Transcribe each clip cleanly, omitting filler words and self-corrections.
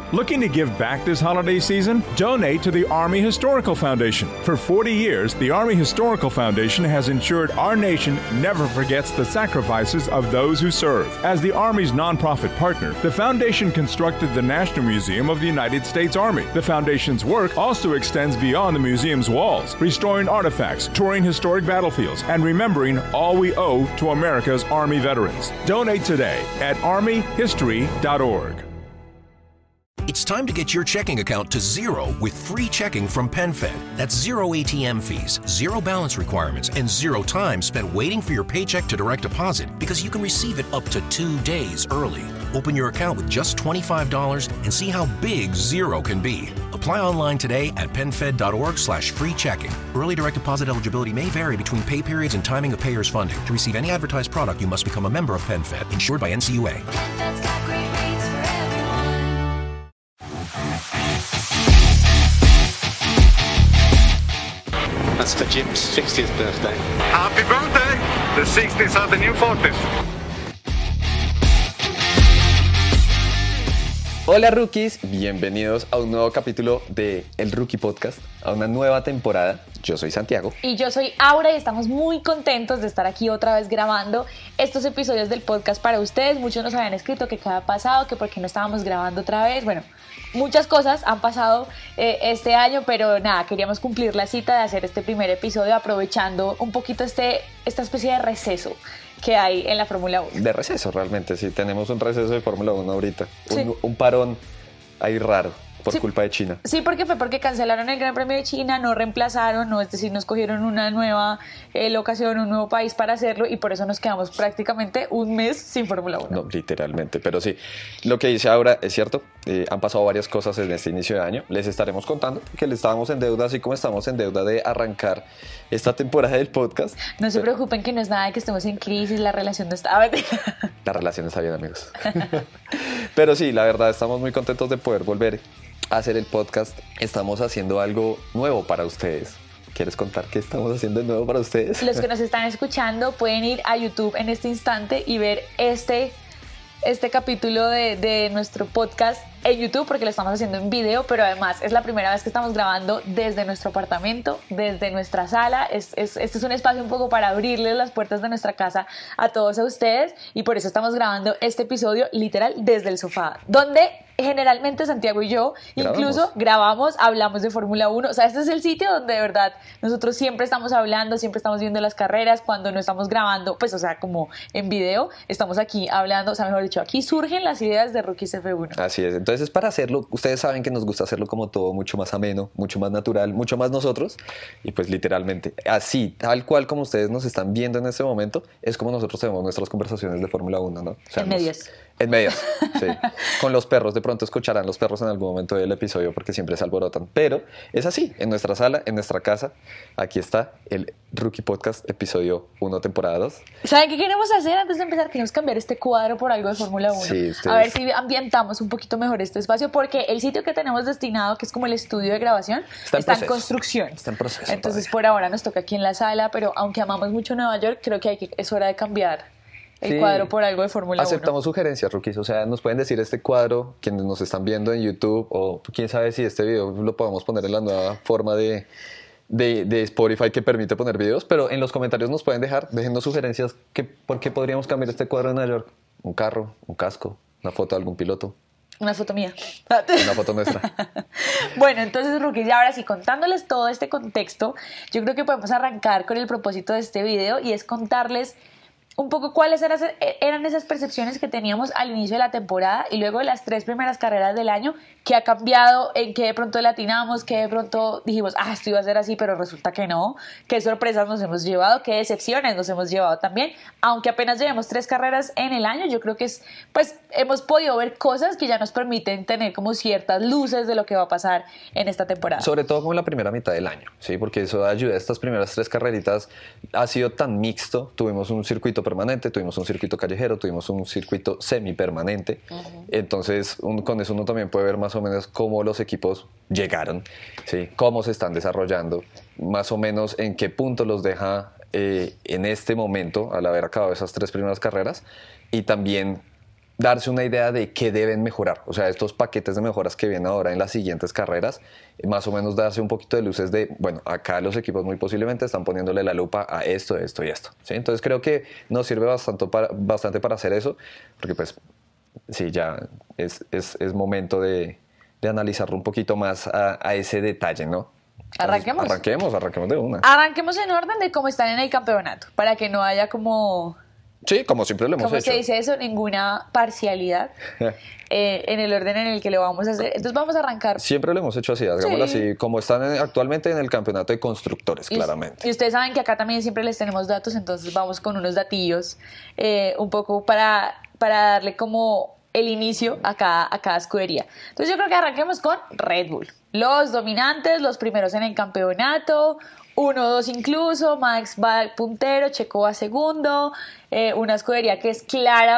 Looking to give back this holiday season? Donate to the Army Historical Foundation. For 40 years, the Army Historical Foundation has ensured our nation never forgets the sacrifices of those who serve. As the Army's nonprofit partner, the foundation constructed the National Museum of the United States Army. The foundation's work also extends beyond the museum's walls, restoring artifacts, touring historic battlefields, and remembering all we owe to America's Army veterans. Donate today at armyhistory.org. It's time to get your checking account to zero with free checking from PenFed. That's zero ATM fees, zero balance requirements, and zero time spent waiting for your paycheck to direct deposit because you can receive it up to 2 days early. Open your account with just $25 and see how big zero can be. Apply online today at PenFed.org/free checking. Early direct deposit eligibility may vary between pay periods and timing of payers' funding. To receive any advertised product, you must become a member of PenFed, insured by NCUA. PenFed's got great rates for everyone. That's for Jim's 60th birthday. Happy birthday! The 60s are the new 40s. Hola rookies, bienvenidos a un nuevo capítulo de El Rookie Podcast, a una nueva temporada. Yo soy Santiago. Y yo soy Aura y estamos muy contentos de estar aquí otra vez grabando estos episodios del podcast para ustedes. Muchos nos habían escrito que qué había pasado, que por qué no estábamos grabando otra vez. Bueno, muchas cosas han pasado este año, pero nada, queríamos cumplir la cita de hacer este primer episodio aprovechando un poquito esta especie de receso que hay en la Fórmula 1. De receso realmente, sí, tenemos un receso de Fórmula 1 ahorita, Sí. un parón ahí raro por Sí. culpa de China. Sí, porque fue porque cancelaron el Gran Premio de China, no reemplazaron, no, es decir, nos cogieron una nueva locación, un nuevo país para hacerlo y por eso nos quedamos prácticamente un mes sin Fórmula 1. No, literalmente, pero sí, lo que dice Aura es cierto, han pasado varias cosas en este inicio de año, les estaremos contando que le estábamos en deuda, así como estamos en deuda de arrancar esta temporada del podcast. No se preocupen que no es nada de que estemos en crisis, la relación no está... La relación está bien, amigos. Pero sí, la verdad, estamos muy contentos de poder volver a hacer el podcast. Estamos haciendo algo nuevo para ustedes. ¿Quieres contar qué estamos haciendo de nuevo para ustedes? Los que nos están escuchando pueden ir a YouTube en este instante y ver este capítulo de nuestro podcast en YouTube porque lo estamos haciendo en video, pero además es la primera vez que estamos grabando desde nuestro apartamento, desde nuestra sala. Este es un espacio un poco para abrirles las puertas de nuestra casa a todos a ustedes y por eso estamos grabando este episodio literal desde el sofá, donde generalmente Santiago y yo incluso grabamos, hablamos de Fórmula 1. O sea, este es el sitio donde de verdad nosotros siempre estamos hablando, siempre estamos viendo las carreras. Cuando no estamos grabando, pues o sea, como en video, estamos aquí hablando, o sea, mejor dicho, aquí surgen las ideas de Rookies F1. Así es, entonces para hacerlo, ustedes saben que nos gusta hacerlo como todo mucho más ameno, mucho más natural, mucho más nosotros, y pues literalmente, así, tal cual como ustedes nos están viendo en este momento, es como nosotros tenemos nuestras conversaciones de Fórmula 1, ¿no? O sea, En medias. En medias, sí. Con los perros, de pronto escucharán los perros en algún momento del episodio porque siempre se alborotan, pero es así, en nuestra sala, en nuestra casa, aquí está el Rookie Podcast, episodio 1, temporada 2. ¿Saben qué queremos hacer antes de empezar? Queremos cambiar este cuadro por algo de Fórmula 1. Sí, ustedes. A ver si ambientamos un poquito mejor este espacio, porque el sitio que tenemos destinado, que es como el estudio de grabación, está en construcción. Está en proceso. Entonces todavía. por ahora nos toca aquí en la sala, pero aunque amamos mucho Nueva York, creo que es hora de cambiar el Sí. cuadro por algo de Fórmula 1. Aceptamos sugerencias, rookies. O sea, nos pueden decir este cuadro, quienes nos están viendo en YouTube, o quién sabe si este video lo podemos poner en la nueva forma de Spotify que permite poner videos, pero en los comentarios nos pueden déjennos sugerencias por qué podríamos cambiar este cuadro de Nueva York. Un carro, un casco, una foto de algún piloto, Una foto mía. una foto nuestra. Bueno, entonces, rookies, y ahora sí, contándoles todo este contexto, yo creo que podemos arrancar con el propósito de este video y es contarles un poco cuáles eran esas percepciones que teníamos al inicio de la temporada y luego de las 3 primeras carreras del año, qué ha cambiado, en qué de pronto le atinamos, qué de pronto dijimos, esto iba a ser así, pero resulta que no, qué sorpresas nos hemos llevado, qué decepciones nos hemos llevado también, aunque apenas llevemos 3 carreras en el año, yo creo que hemos podido ver cosas que ya nos permiten tener como ciertas luces de lo que va a pasar en esta temporada. Sobre todo como en la primera mitad del año, ¿sí? Porque eso ayuda. Estas primeras 3 carreritas ha sido tan mixto. Tuvimos un circuito permanente, tuvimos un circuito callejero, tuvimos un circuito semipermanente. Entonces, con eso uno también puede ver más o menos cómo los equipos llegaron, ¿sí? Cómo se están desarrollando, más o menos en qué punto los deja en este momento, al haber acabado esas 3 primeras carreras, y también darse una idea de qué deben mejorar. O sea, estos paquetes de mejoras que vienen ahora en las siguientes carreras, más o menos darse un poquito de luces de, bueno, acá los equipos muy posiblemente están poniéndole la lupa a esto, esto y esto. ¿Sí? Entonces creo que nos sirve bastante para hacer eso, porque pues sí, ya es momento de analizarlo un poquito más a ese detalle, ¿no? Arranquemos. Arranquemos de una. Arranquemos en orden de cómo están en el campeonato, para que no haya como... Sí, como siempre lo hemos ¿Cómo hecho. se dice eso? Ninguna parcialidad en el orden en el que lo vamos a hacer. Entonces vamos a arrancar. Siempre lo hemos hecho así, hagámoslo Sí. así, como están actualmente en el campeonato de constructores, claramente. Y ustedes saben que acá también siempre les tenemos datos, entonces vamos con unos datillos un poco para darle como el inicio a cada escudería. Entonces yo creo que arranquemos con Red Bull. Los dominantes, los primeros en el campeonato, 1-2 incluso, Max va al puntero, Checo va segundo, una escudería que es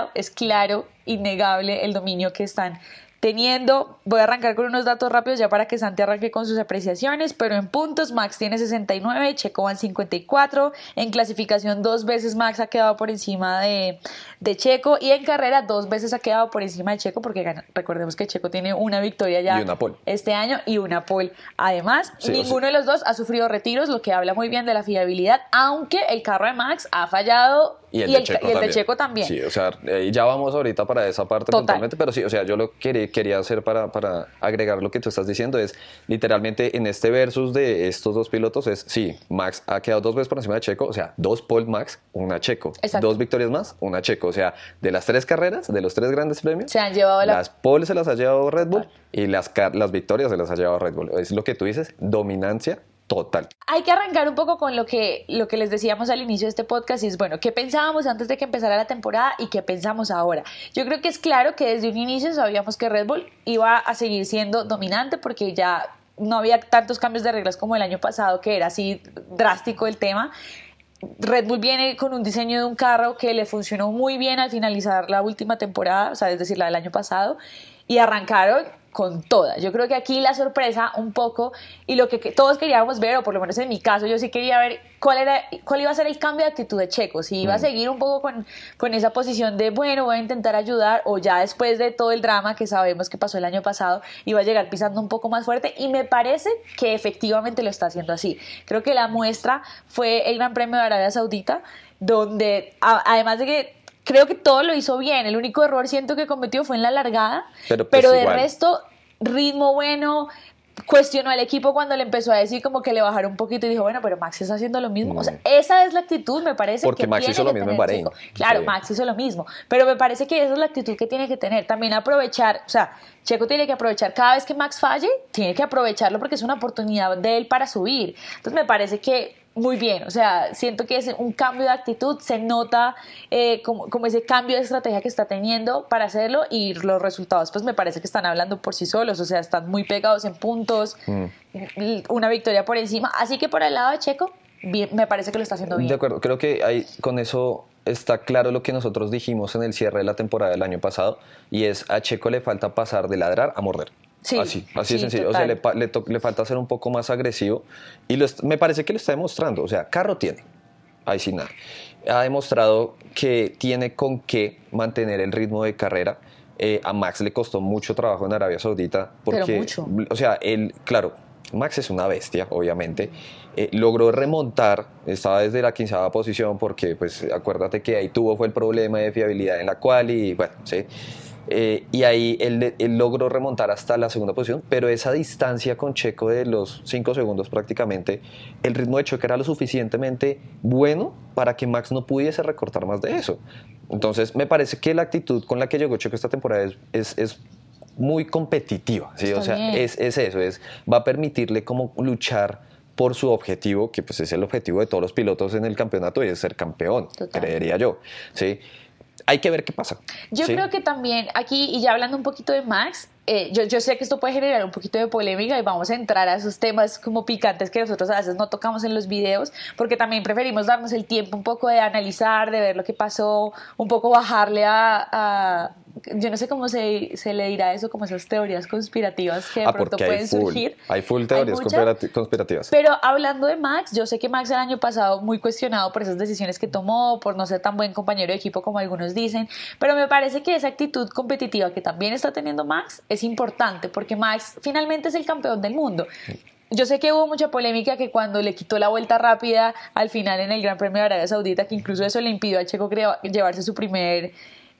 claro, innegable el dominio que están teniendo. Voy a arrancar con unos datos rápidos ya para que Santi arranque con sus apreciaciones, pero en puntos Max tiene 69, Checo va en 54, en clasificación 2 veces Max ha quedado por encima de Checo y en carrera 2 veces ha quedado por encima de Checo porque recordemos que Checo tiene una victoria ya Y una pole. este año y una pole. Además, Sí, ninguno de los dos ha sufrido retiros, lo que habla muy bien de la fiabilidad, aunque el carro de Max ha fallado Y el de Checo también. Sí, o sea, ya vamos ahorita para esa parte Total. puntualmente, pero sí, o sea, yo lo quería hacer para agregar lo que tú estás diciendo es, literalmente en este versus de estos dos pilotos es, sí, Max ha quedado 2 veces por encima de Checo, o sea, 2 pole Max, una Checo. Exacto. 2 victorias más, una Checo. O sea, de las 3 carreras, de los 3 grandes premios, Se han llevado las poles se las ha llevado Red Bull y las victorias se las ha llevado Red Bull. Es lo que tú dices, dominancia total. Hay que arrancar un poco con lo que les decíamos al inicio de este podcast y es, bueno, ¿qué pensábamos antes de que empezara la temporada y qué pensamos ahora? Yo creo que es claro que desde un inicio sabíamos que Red Bull iba a seguir siendo dominante porque ya no había tantos cambios de reglas como el año pasado, que era así drástico el tema. Red Bull viene con un diseño de un carro que le funcionó muy bien al finalizar la última temporada, o sea, es decir, la del año pasado, y arrancaron con todas. Yo creo que aquí la sorpresa un poco y lo que todos queríamos ver, o por lo menos en mi caso, yo sí quería ver cuál iba a ser el cambio de actitud de Checo, si iba a seguir un poco con esa posición de, bueno, voy a intentar ayudar, o ya después de todo el drama que sabemos que pasó el año pasado, iba a llegar pisando un poco más fuerte, y me parece que efectivamente lo está haciendo así. Creo que la muestra fue el Gran Premio de Arabia Saudita, donde además de que creo que todo lo hizo bien. El único error siento que cometió fue en la largada. Pero pues de igual. resto, ritmo bueno. Cuestionó al equipo cuando le empezó a decir como que le bajara un poquito y dijo, bueno, pero Max está haciendo lo mismo. O sea, esa es la actitud, me parece. Porque que Max tiene hizo lo que mismo en tener Bahrein. Checo. Claro, Sí. Max hizo lo mismo. Pero me parece que esa es la actitud que tiene que tener. También aprovechar, o sea, Checo tiene que aprovechar cada vez que Max falle, tiene que aprovecharlo porque es una oportunidad de él para subir. Entonces me parece que muy bien, o sea, siento que es un cambio de actitud, se nota como ese cambio de estrategia que está teniendo para hacerlo, y los resultados pues me parece que están hablando por sí solos, o sea, están muy pegados en puntos, una victoria por encima, así que por el lado de Checo, bien, me parece que lo está haciendo bien. De acuerdo, creo que con eso está claro lo que nosotros dijimos en el cierre de la temporada del año pasado, y es a Checo le falta pasar de ladrar a morder. Sí, así sí, de sencillo. total. O sea, le falta ser un poco más agresivo, y me parece que lo está demostrando. O sea, carro tiene, ahí sí nada. Ha demostrado que tiene con qué mantener el ritmo de carrera. A Max le costó mucho trabajo en Arabia Saudita porque, Pero mucho. o sea, claro, Max es una bestia, obviamente. Logró remontar, estaba desde la 15ª posición porque, pues, acuérdate que ahí fue el problema de fiabilidad en la cual, y bueno, sí. Y ahí él logró remontar hasta la 2ª posición, pero esa distancia con Checo de los 5 segundos prácticamente, el ritmo de Checo era lo suficientemente bueno para que Max no pudiese recortar más de eso. Entonces me parece que la actitud con la que llegó Checo esta temporada es muy competitiva, ¿sí? Está O sea, bien. es eso, va a permitirle como luchar por su objetivo, que pues es el objetivo de todos los pilotos en el campeonato, y es ser campeón, Total. creería yo, ¿sí? Hay que ver qué pasa. Yo ¿sí? creo que también aquí, y ya hablando un poquito de Max, yo sé que esto puede generar un poquito de polémica y vamos a entrar a esos temas como picantes que nosotros a veces no tocamos en los videos, porque también preferimos darnos el tiempo un poco de analizar, de ver lo que pasó, un poco bajarle a yo no sé cómo se le dirá eso, como esas teorías conspirativas que de pronto porque pueden surgir. Hay full teorías muchas. conspirativas. Pero hablando de Max, yo sé que Max el año pasado muy cuestionado por esas decisiones que tomó, por no ser tan buen compañero de equipo como algunos dicen, pero me parece que esa actitud competitiva que también está teniendo Max es importante, porque Max finalmente es el campeón del mundo. Yo sé que hubo mucha polémica que cuando le quitó la vuelta rápida al final en el Gran Premio de Arabia Saudita, que incluso eso le impidió a Checo llevarse su primer,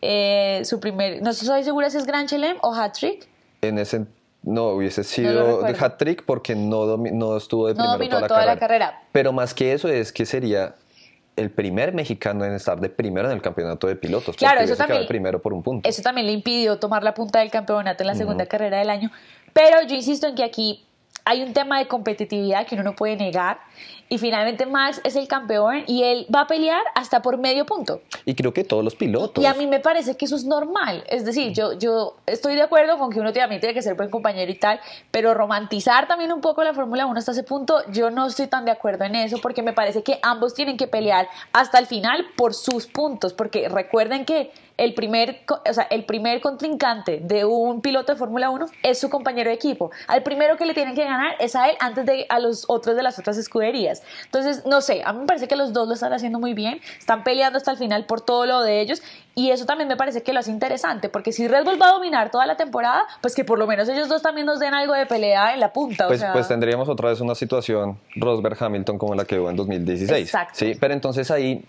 no estoy segura si es Grand Chelem o Hat-Trick. En ese no hubiese No lo sido de recuerdo. hat-trick porque no estuvo de No primero dominó toda la carrera. Pero más que eso es que sería el primer mexicano en estar de primero en el campeonato de pilotos. Claro, porque eso hubiese quedado también. de primero por un punto. Eso también le impidió tomar la punta del campeonato en la segunda carrera del año. Pero yo insisto en que aquí hay un tema de competitividad que uno no puede negar. Y finalmente Max es el campeón y él va a pelear hasta por medio punto. Y creo que todos los pilotos. Y a mí me parece que eso es normal. Es decir, yo estoy de acuerdo con que uno también tiene que ser buen compañero y tal, pero romantizar también un poco la Fórmula 1 hasta ese punto, yo no estoy tan de acuerdo en eso, porque me parece que ambos tienen que pelear hasta el final por sus puntos, porque recuerden que el primer contrincante de un piloto de Fórmula 1 es su compañero de equipo. Al primero que le tienen que ganar es a él antes de a los otros de las otras escuderías. Entonces, no sé, a mí me parece que los dos lo están haciendo muy bien, están peleando hasta el final por todo lo de ellos, y eso también me parece que lo hace interesante, porque si Red Bull va a dominar toda la temporada, pues que por lo menos ellos dos también nos den algo de pelea en la punta. Pues, o sea, pues tendríamos otra vez una situación Rosberg-Hamilton como la que hubo en 2016. Exacto. Sí, pero entonces ahí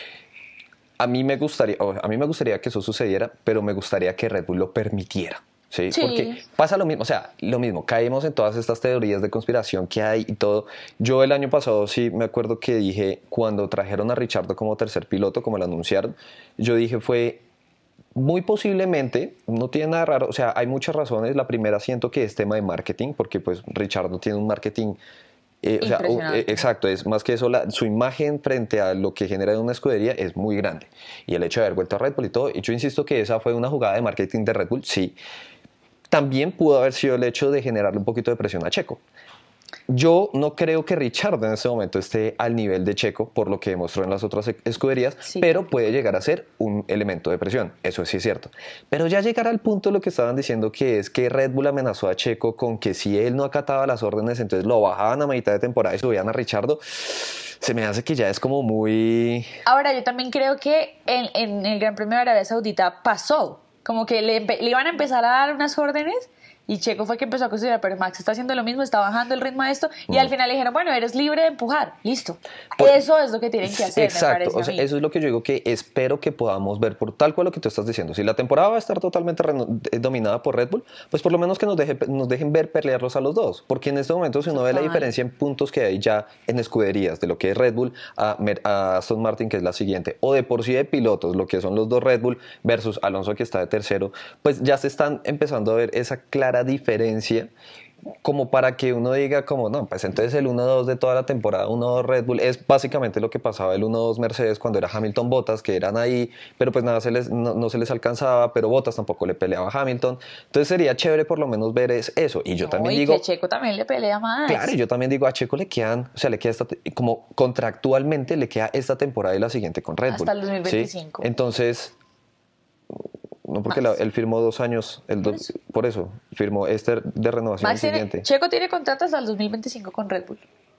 a mí me gustaría que eso sucediera, pero me gustaría que Red Bull lo permitiera. ¿Sí? Sí. Porque pasa lo mismo, o sea, lo mismo, caemos en todas estas teorías de conspiración que hay y todo. Yo el año pasado sí me acuerdo que dije, cuando trajeron a Richardo como tercer piloto, como lo anunciaron, yo dije fue muy posiblemente, no tiene nada raro, o sea, hay muchas razones. La primera siento que es tema de marketing, porque pues Richardo tiene un marketing Impresionante. exacto, es más que eso, su imagen frente a lo que genera en una escudería es muy grande. Y el hecho de haber vuelto a Red Bull y todo, y yo insisto que esa fue una jugada de marketing de Red Bull, sí. También pudo haber sido el hecho de generarle un poquito de presión a Checo. Yo no creo que Richard en este momento esté al nivel de Checo por lo que demostró en las otras escuderías, Sí. pero puede llegar a ser un elemento de presión, eso sí es cierto. Pero ya llegar al punto de lo que estaban diciendo, que es que Red Bull amenazó a Checo con que si él no acataba las órdenes, entonces lo bajaban a mitad de temporada y subían a Richardo, se me hace que ya es como muy... Ahora, yo también creo que en el Gran Premio de Arabia Saudita pasó, como que le iban a empezar a dar unas órdenes y Checo fue que empezó a considerar, pero Max está haciendo lo mismo, está bajando el ritmo a esto, y al final le dijeron, bueno, eres libre de empujar, listo. Eso es lo que tienen que hacer, me Exacto, parece o a sea, mí. eso es lo que yo digo que espero que podamos ver por tal cual lo que tú estás diciendo. Si la temporada va a estar totalmente dominada por Red Bull, pues por lo menos que nos dejen ver pelearlos a los dos, porque en este momento si uno ve la Total. diferencia en puntos que hay ya en escuderías de lo que es Red Bull a Aston Martin, que es la siguiente, o de por sí de pilotos, lo que son los dos Red Bull versus Alonso, que está de tercero, pues ya se están empezando a ver esa clara diferencia, como para que uno diga como, no, pues entonces el 1-2 de toda la temporada, 1-2 Red Bull, es básicamente lo que pasaba el 1-2 Mercedes cuando era Hamilton-Bottas, que eran ahí, pero pues nada no se les alcanzaba, pero Bottas tampoco le peleaba a Hamilton. Entonces sería chévere por lo menos ver eso. Y yo No, también y digo... que Checo también le pelea más. Claro, y yo también digo, a Checo le quedan, o sea, le queda como contractualmente le queda esta temporada y la siguiente con Red Bull. Hasta el 2025. ¿Sí? Entonces, no porque Más. él firmó 2 años, por eso firmó este de renovación Max siguiente. Checo tiene contrato hasta el 2025 con Red Bull.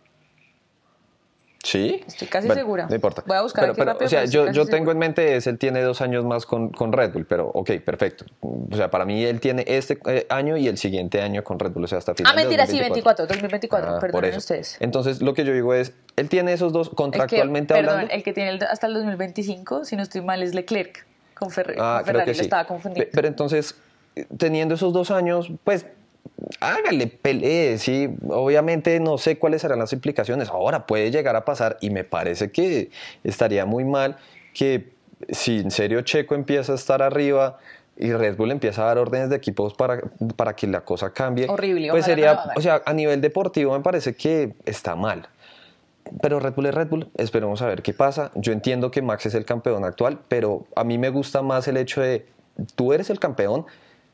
¿Sí? Estoy casi Bueno, segura. No importa. Voy a buscar aquí rápido, o sea, pero estoy casi yo tengo segura. en mente él tiene 2 años más con Red Bull, pero ok, perfecto. O sea, para mí él tiene este año y el siguiente año con Red Bull, o sea, hasta final de Mentira, sí, 2024. 2024, por perdonen eso. ustedes. Entonces, lo que yo digo es, él tiene esos dos contractualmente Perdón, hablando. el que tiene hasta el 2025, si no estoy mal, es Leclerc. Con Ferrari Creo que lo sí. estaba confundiendo. Pero entonces, teniendo esos 2 años, pues hágale, pelee, sí. Obviamente no sé cuáles serán las implicaciones. Ahora puede llegar a pasar y me parece que estaría muy mal que si en serio Checo empieza a estar arriba y Red Bull empieza a dar órdenes de equipos para que la cosa cambie. Horrible, Pues ojalá no sería, lo hagan. o sea, a nivel deportivo me parece que está mal. Pero Red Bull es Red Bull, esperemos a ver qué pasa. Yo entiendo que Max es el campeón actual, pero a mí me gusta más el hecho de tú eres el campeón,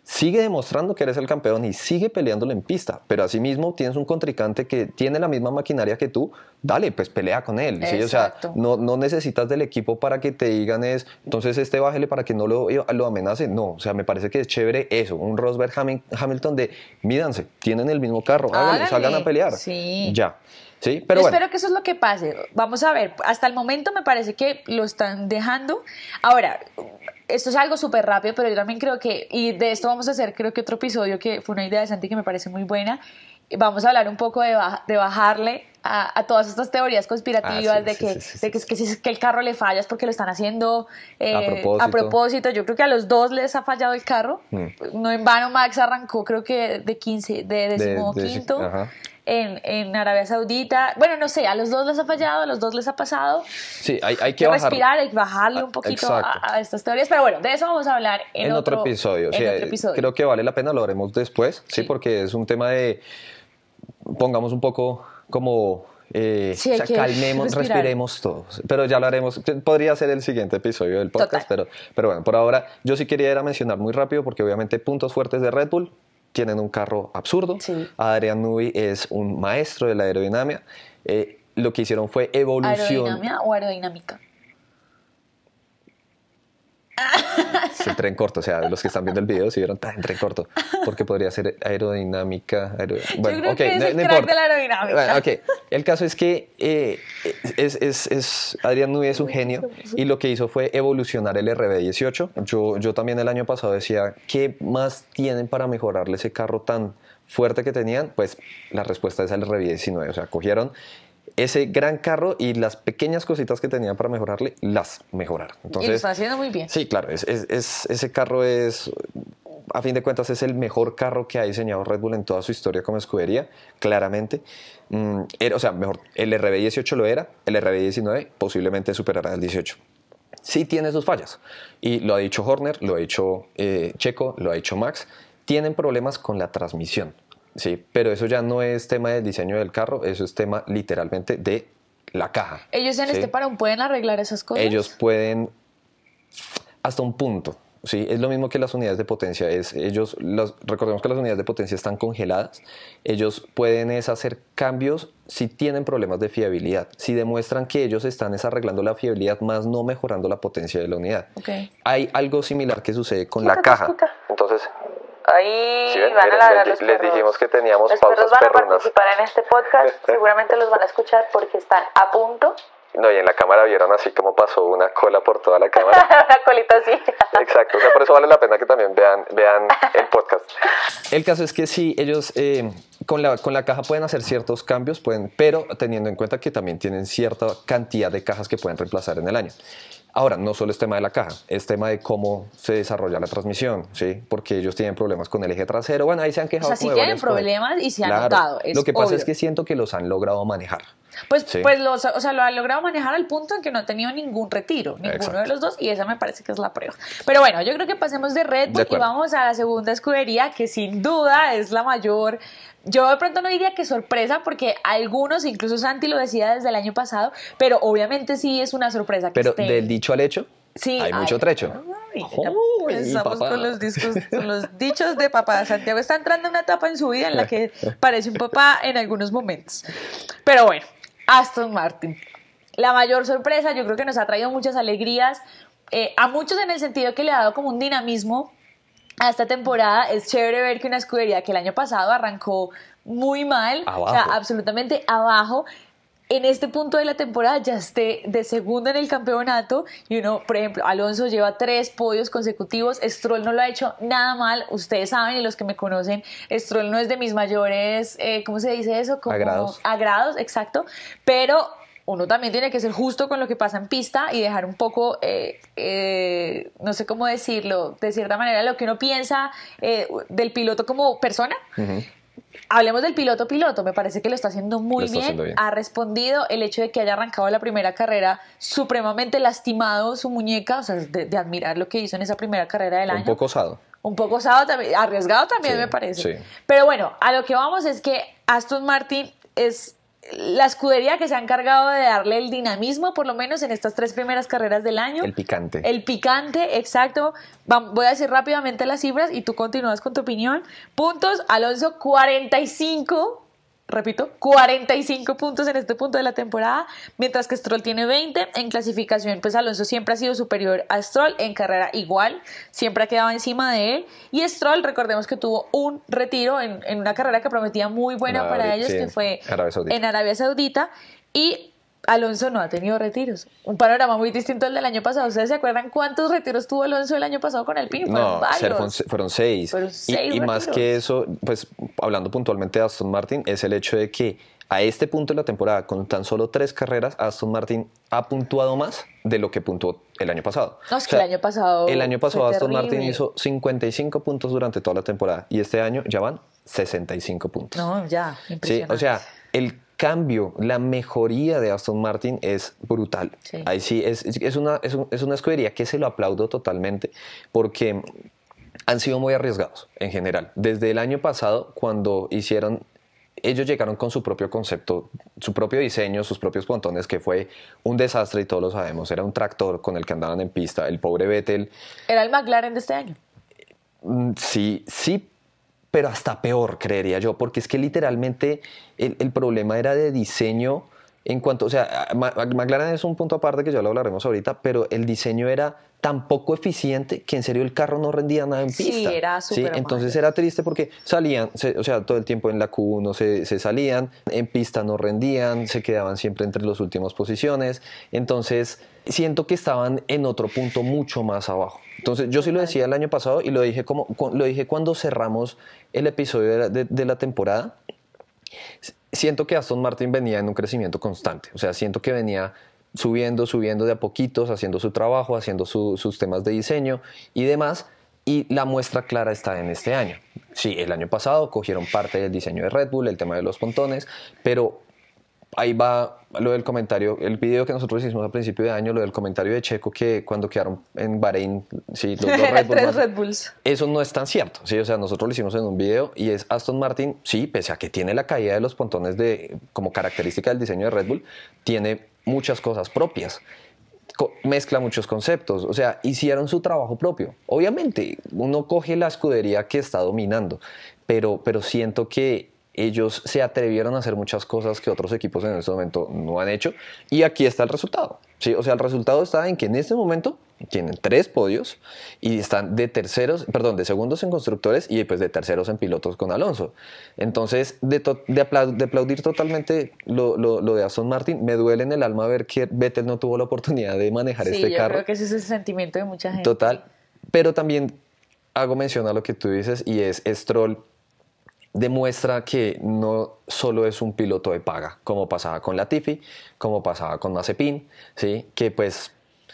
sigue demostrando que eres el campeón y sigue peleándolo en pista, pero asimismo tienes un contrincante que tiene la misma maquinaria que tú, dale, pues pelea con él, ¿sí? O sea, Exacto. no necesitas del equipo para que te digan entonces bájele para que no lo amenace, no, o sea, me parece que es chévere eso, un Rosberg Hamilton de mídanse, tienen el mismo carro, háganle, Háganle, salgan a pelear, sí. ya, ¿sí? Pero Yo bueno. espero que eso es lo que pase. Vamos a ver, hasta el momento me parece que lo están dejando. Ahora, esto es algo súper rápido, pero yo también creo que, y de esto vamos a hacer creo que otro episodio que fue una idea de Santi que me parece muy buena. Vamos a hablar un poco de bajarle a todas estas teorías conspirativas Sí, de sí, que, sí, de que, es que si es que el carro le falla es porque lo están haciendo A propósito. Yo creo que a los dos les ha fallado el carro. No en vano Max arrancó creo que de 15, de 15º. Ajá. En Arabia Saudita. Bueno, no sé, a los dos les ha fallado, a los dos les ha pasado. Sí, hay Hay que que bajar. respirar, hay que bajarle un poquito Exacto. a estas teorías. Pero bueno, de eso vamos a hablar En otro episodio. En Sí, otro episodio. creo que vale la pena, lo haremos después, sí, Sí. porque es un tema de, pongamos un poco como, Sí, hay que calmemos, respirar. respiremos todos. Pero ya lo haremos, podría ser el siguiente episodio del podcast, Total. pero bueno, por ahora yo sí quería ir a mencionar muy rápido, porque obviamente puntos fuertes de Red Bull, tienen un carro absurdo. Sí. Adrian Newey es un maestro de la aerodinámica. Lo que hicieron fue evolución. ¿Aerodinámica o aerodinámica? Se entré en corto, o sea, los que están viendo el video si vieron, entré en corto, porque podría ser aerodinámica. Bueno, creo ok, que es el crack importa. de la aerodinámica. Bueno, ok, el caso es que Adrian Newey es un genio y lo que hizo fue evolucionar el RB18. Yo también el año pasado decía, ¿qué más tienen para mejorarle ese carro tan fuerte que tenían? Pues la respuesta es el RB19, o sea, cogieron ese gran carro y las pequeñas cositas que tenían para mejorarle, las mejoraron. Y Entonces, lo está haciendo muy bien. sí, claro, ese carro es, a fin de cuentas, es el mejor carro que ha diseñado Red Bull en toda su historia como escudería, claramente. O sea, mejor, el RB18 lo era, el RB19 posiblemente superará el 18. Sí tiene sus fallas, y lo ha dicho Horner, lo ha dicho Checo, lo ha dicho Max, tienen problemas con la transmisión. Sí, pero eso ya no es tema del diseño del carro, eso es tema literalmente de la caja. Ellos en ¿sí? este parón pueden arreglar esas cosas. Ellos pueden hasta un punto. Sí, es lo mismo que las unidades de potencia. Recordemos que las unidades de potencia están congeladas. Ellos pueden hacer cambios si tienen problemas de fiabilidad. Si demuestran que ellos están arreglando la fiabilidad más no mejorando la potencia de la unidad. Ok. Hay algo similar que sucede con la caja. Entonces, Ahí ¿sí ven? van a Miren, ladrar les los perros. dijimos que teníamos Los pausas perros van a perrunas. participar en este podcast. Seguramente los van a escuchar porque están a punto. No, y en la cámara vieron así como pasó una cola por toda la cámara. Una colita así. Exacto, o sea, por eso vale la pena que también vean el podcast. El caso es que sí, ellos con la caja pueden hacer ciertos cambios, pero teniendo en cuenta que también tienen cierta cantidad de cajas que pueden reemplazar en el año. Ahora, no solo es tema de la caja, es tema de cómo se desarrolla la transmisión, ¿sí? Porque ellos tienen problemas con el eje trasero. Bueno, ahí se han O quejado. sea, sí como de tienen varias cosas. problemas y se han Claro. notado. Lo que pasa obvio. es que siento que los han logrado manejar. Pues, Sí. o sea, lo han logrado manejar al punto en que no ha tenido ningún retiro, ninguno Exacto. de los dos, y esa me parece que es la prueba. Pero bueno, yo creo que pasemos de Red De Bull y acuerdo. vamos a la segunda escudería, que sin duda es la mayor. Yo de pronto no diría que sorpresa, porque algunos, incluso Santi lo decía desde el año pasado, pero obviamente sí es una sorpresa que Pero esté. del dicho al hecho, Sí, hay mucho trecho. Ay, Uy, empezamos papá. con los dichos de papá. Santiago está entrando en una etapa en su vida en la que parece un papá en algunos momentos. Pero bueno, Aston Martin. La mayor sorpresa, yo creo que nos ha traído muchas alegrías. A muchos en el sentido que le ha dado como un dinamismo a esta temporada. Es chévere ver que una escudería que el año pasado arrancó muy mal, Abajo. o sea, absolutamente abajo, en este punto de la temporada ya esté de segundo en el campeonato. Y uno, por ejemplo, Alonso lleva 3 podios consecutivos, Stroll no lo ha hecho nada mal, ustedes saben, y los que me conocen, Stroll no es de mis mayores, ¿cómo se dice eso? Como agrados, exacto, pero uno también tiene que ser justo con lo que pasa en pista y dejar un poco, no sé cómo decirlo, de cierta manera lo que uno piensa del piloto como persona. Ujú. Hablemos del piloto, me parece que lo está haciendo muy Lo está haciendo bien. Ha respondido el hecho de que haya arrancado la primera carrera supremamente lastimado su muñeca, o sea, de admirar lo que hizo en esa primera carrera del año. Un poco osado. Un poco osado también, arriesgado también Sí, me parece. sí. Pero bueno, a lo que vamos es que Aston Martin la escudería que se ha encargado de darle el dinamismo, por lo menos en estas 3 primeras carreras del año. El picante. El picante, exacto. Voy a decir rápidamente las cifras y tú continúas con tu opinión. Puntos, Alonso 45. Repito, 45 puntos en este punto de la temporada, mientras que Stroll tiene 20. En clasificación, pues Alonso siempre ha sido superior a Stroll, en carrera igual, siempre ha quedado encima de él. Y Stroll, recordemos que tuvo un retiro en una carrera que prometía muy buena para ellos, sí, que fue Arabia Saudita. en Arabia Saudita. Y Alonso no ha tenido retiros. Un panorama muy distinto al del año pasado. ¿Ustedes se acuerdan cuántos retiros tuvo Alonso el año pasado con Alpine? No, Fueron 6. fueron 6. Y más retiros. que eso, pues hablando puntualmente de Aston Martin, es el hecho de que a este punto de la temporada, con tan solo 3 carreras, Aston Martin ha puntuado más de lo que puntuó el año pasado. No, es que el año pasado fue Aston Martin terrible. hizo 55 puntos durante toda la temporada y este año ya van 65 puntos. No, ya, Sí, impresionante. o sea, el cambio, la mejoría de Aston Martin es brutal. Sí. Ahí sí, es una escudería que se lo aplaudo totalmente porque han sido muy arriesgados en general. Desde el año pasado, cuando ellos llegaron con su propio concepto, su propio diseño, sus propios pontones, que fue un desastre y todos lo sabemos. Era un tractor con el que andaban en pista. El pobre Vettel, Era el McLaren de este año. sí, pero hasta peor, creería yo, porque es que literalmente el problema era de diseño en cuanto, o sea, McLaren es un punto aparte que ya lo hablaremos ahorita, pero el diseño era tan poco eficiente que en serio el carro no rendía nada en Sí, pista. era súper Entonces malo. era triste porque salían, o sea, todo el tiempo en la Q1 se salían, en pista no rendían, se quedaban siempre entre las últimas posiciones. Entonces siento que estaban en otro punto mucho más abajo. Entonces yo sí lo decía el año pasado y lo dije cuando cerramos el episodio de la temporada. Siento que Aston Martin venía en un crecimiento constante. O sea, siento que venía subiendo de a poquitos, haciendo su trabajo, haciendo sus temas de diseño y demás. Y la muestra clara está en este año. Sí, el año pasado cogieron parte del diseño de Red Bull, el tema de los pontones, pero ahí va lo del comentario, el video que nosotros hicimos a principio de año, lo del comentario de Checo que cuando quedaron en Bahrein, sí, los dos Red Bull 3 más- Red Bulls. eso no es tan cierto, ¿sí? O sea, nosotros lo hicimos en un video y es Aston Martin, sí, pese a que tiene la caída de los pontones como característica del diseño de Red Bull, tiene muchas cosas propias. Mezcla muchos conceptos, o sea, hicieron su trabajo propio. Obviamente, uno coge la escudería que está dominando, pero siento que ellos se atrevieron a hacer muchas cosas que otros equipos en este momento no han hecho y aquí está el resultado. ¿Sí? O sea, el resultado está en que en este momento tienen 3 podios y están de segundos en constructores y pues de terceros en pilotos con Alonso. Entonces, de aplaudir totalmente lo de Aston Martin, me duele en el alma ver que Vettel no tuvo la oportunidad de manejar Sí, este yo carro. creo que ese es el sentimiento de mucha gente. Total, pero también hago mención a lo que tú dices y es Stroll demuestra que no solo es un piloto de paga, como pasaba con Latifi, como pasaba con Mazepin, ¿sí? Que pues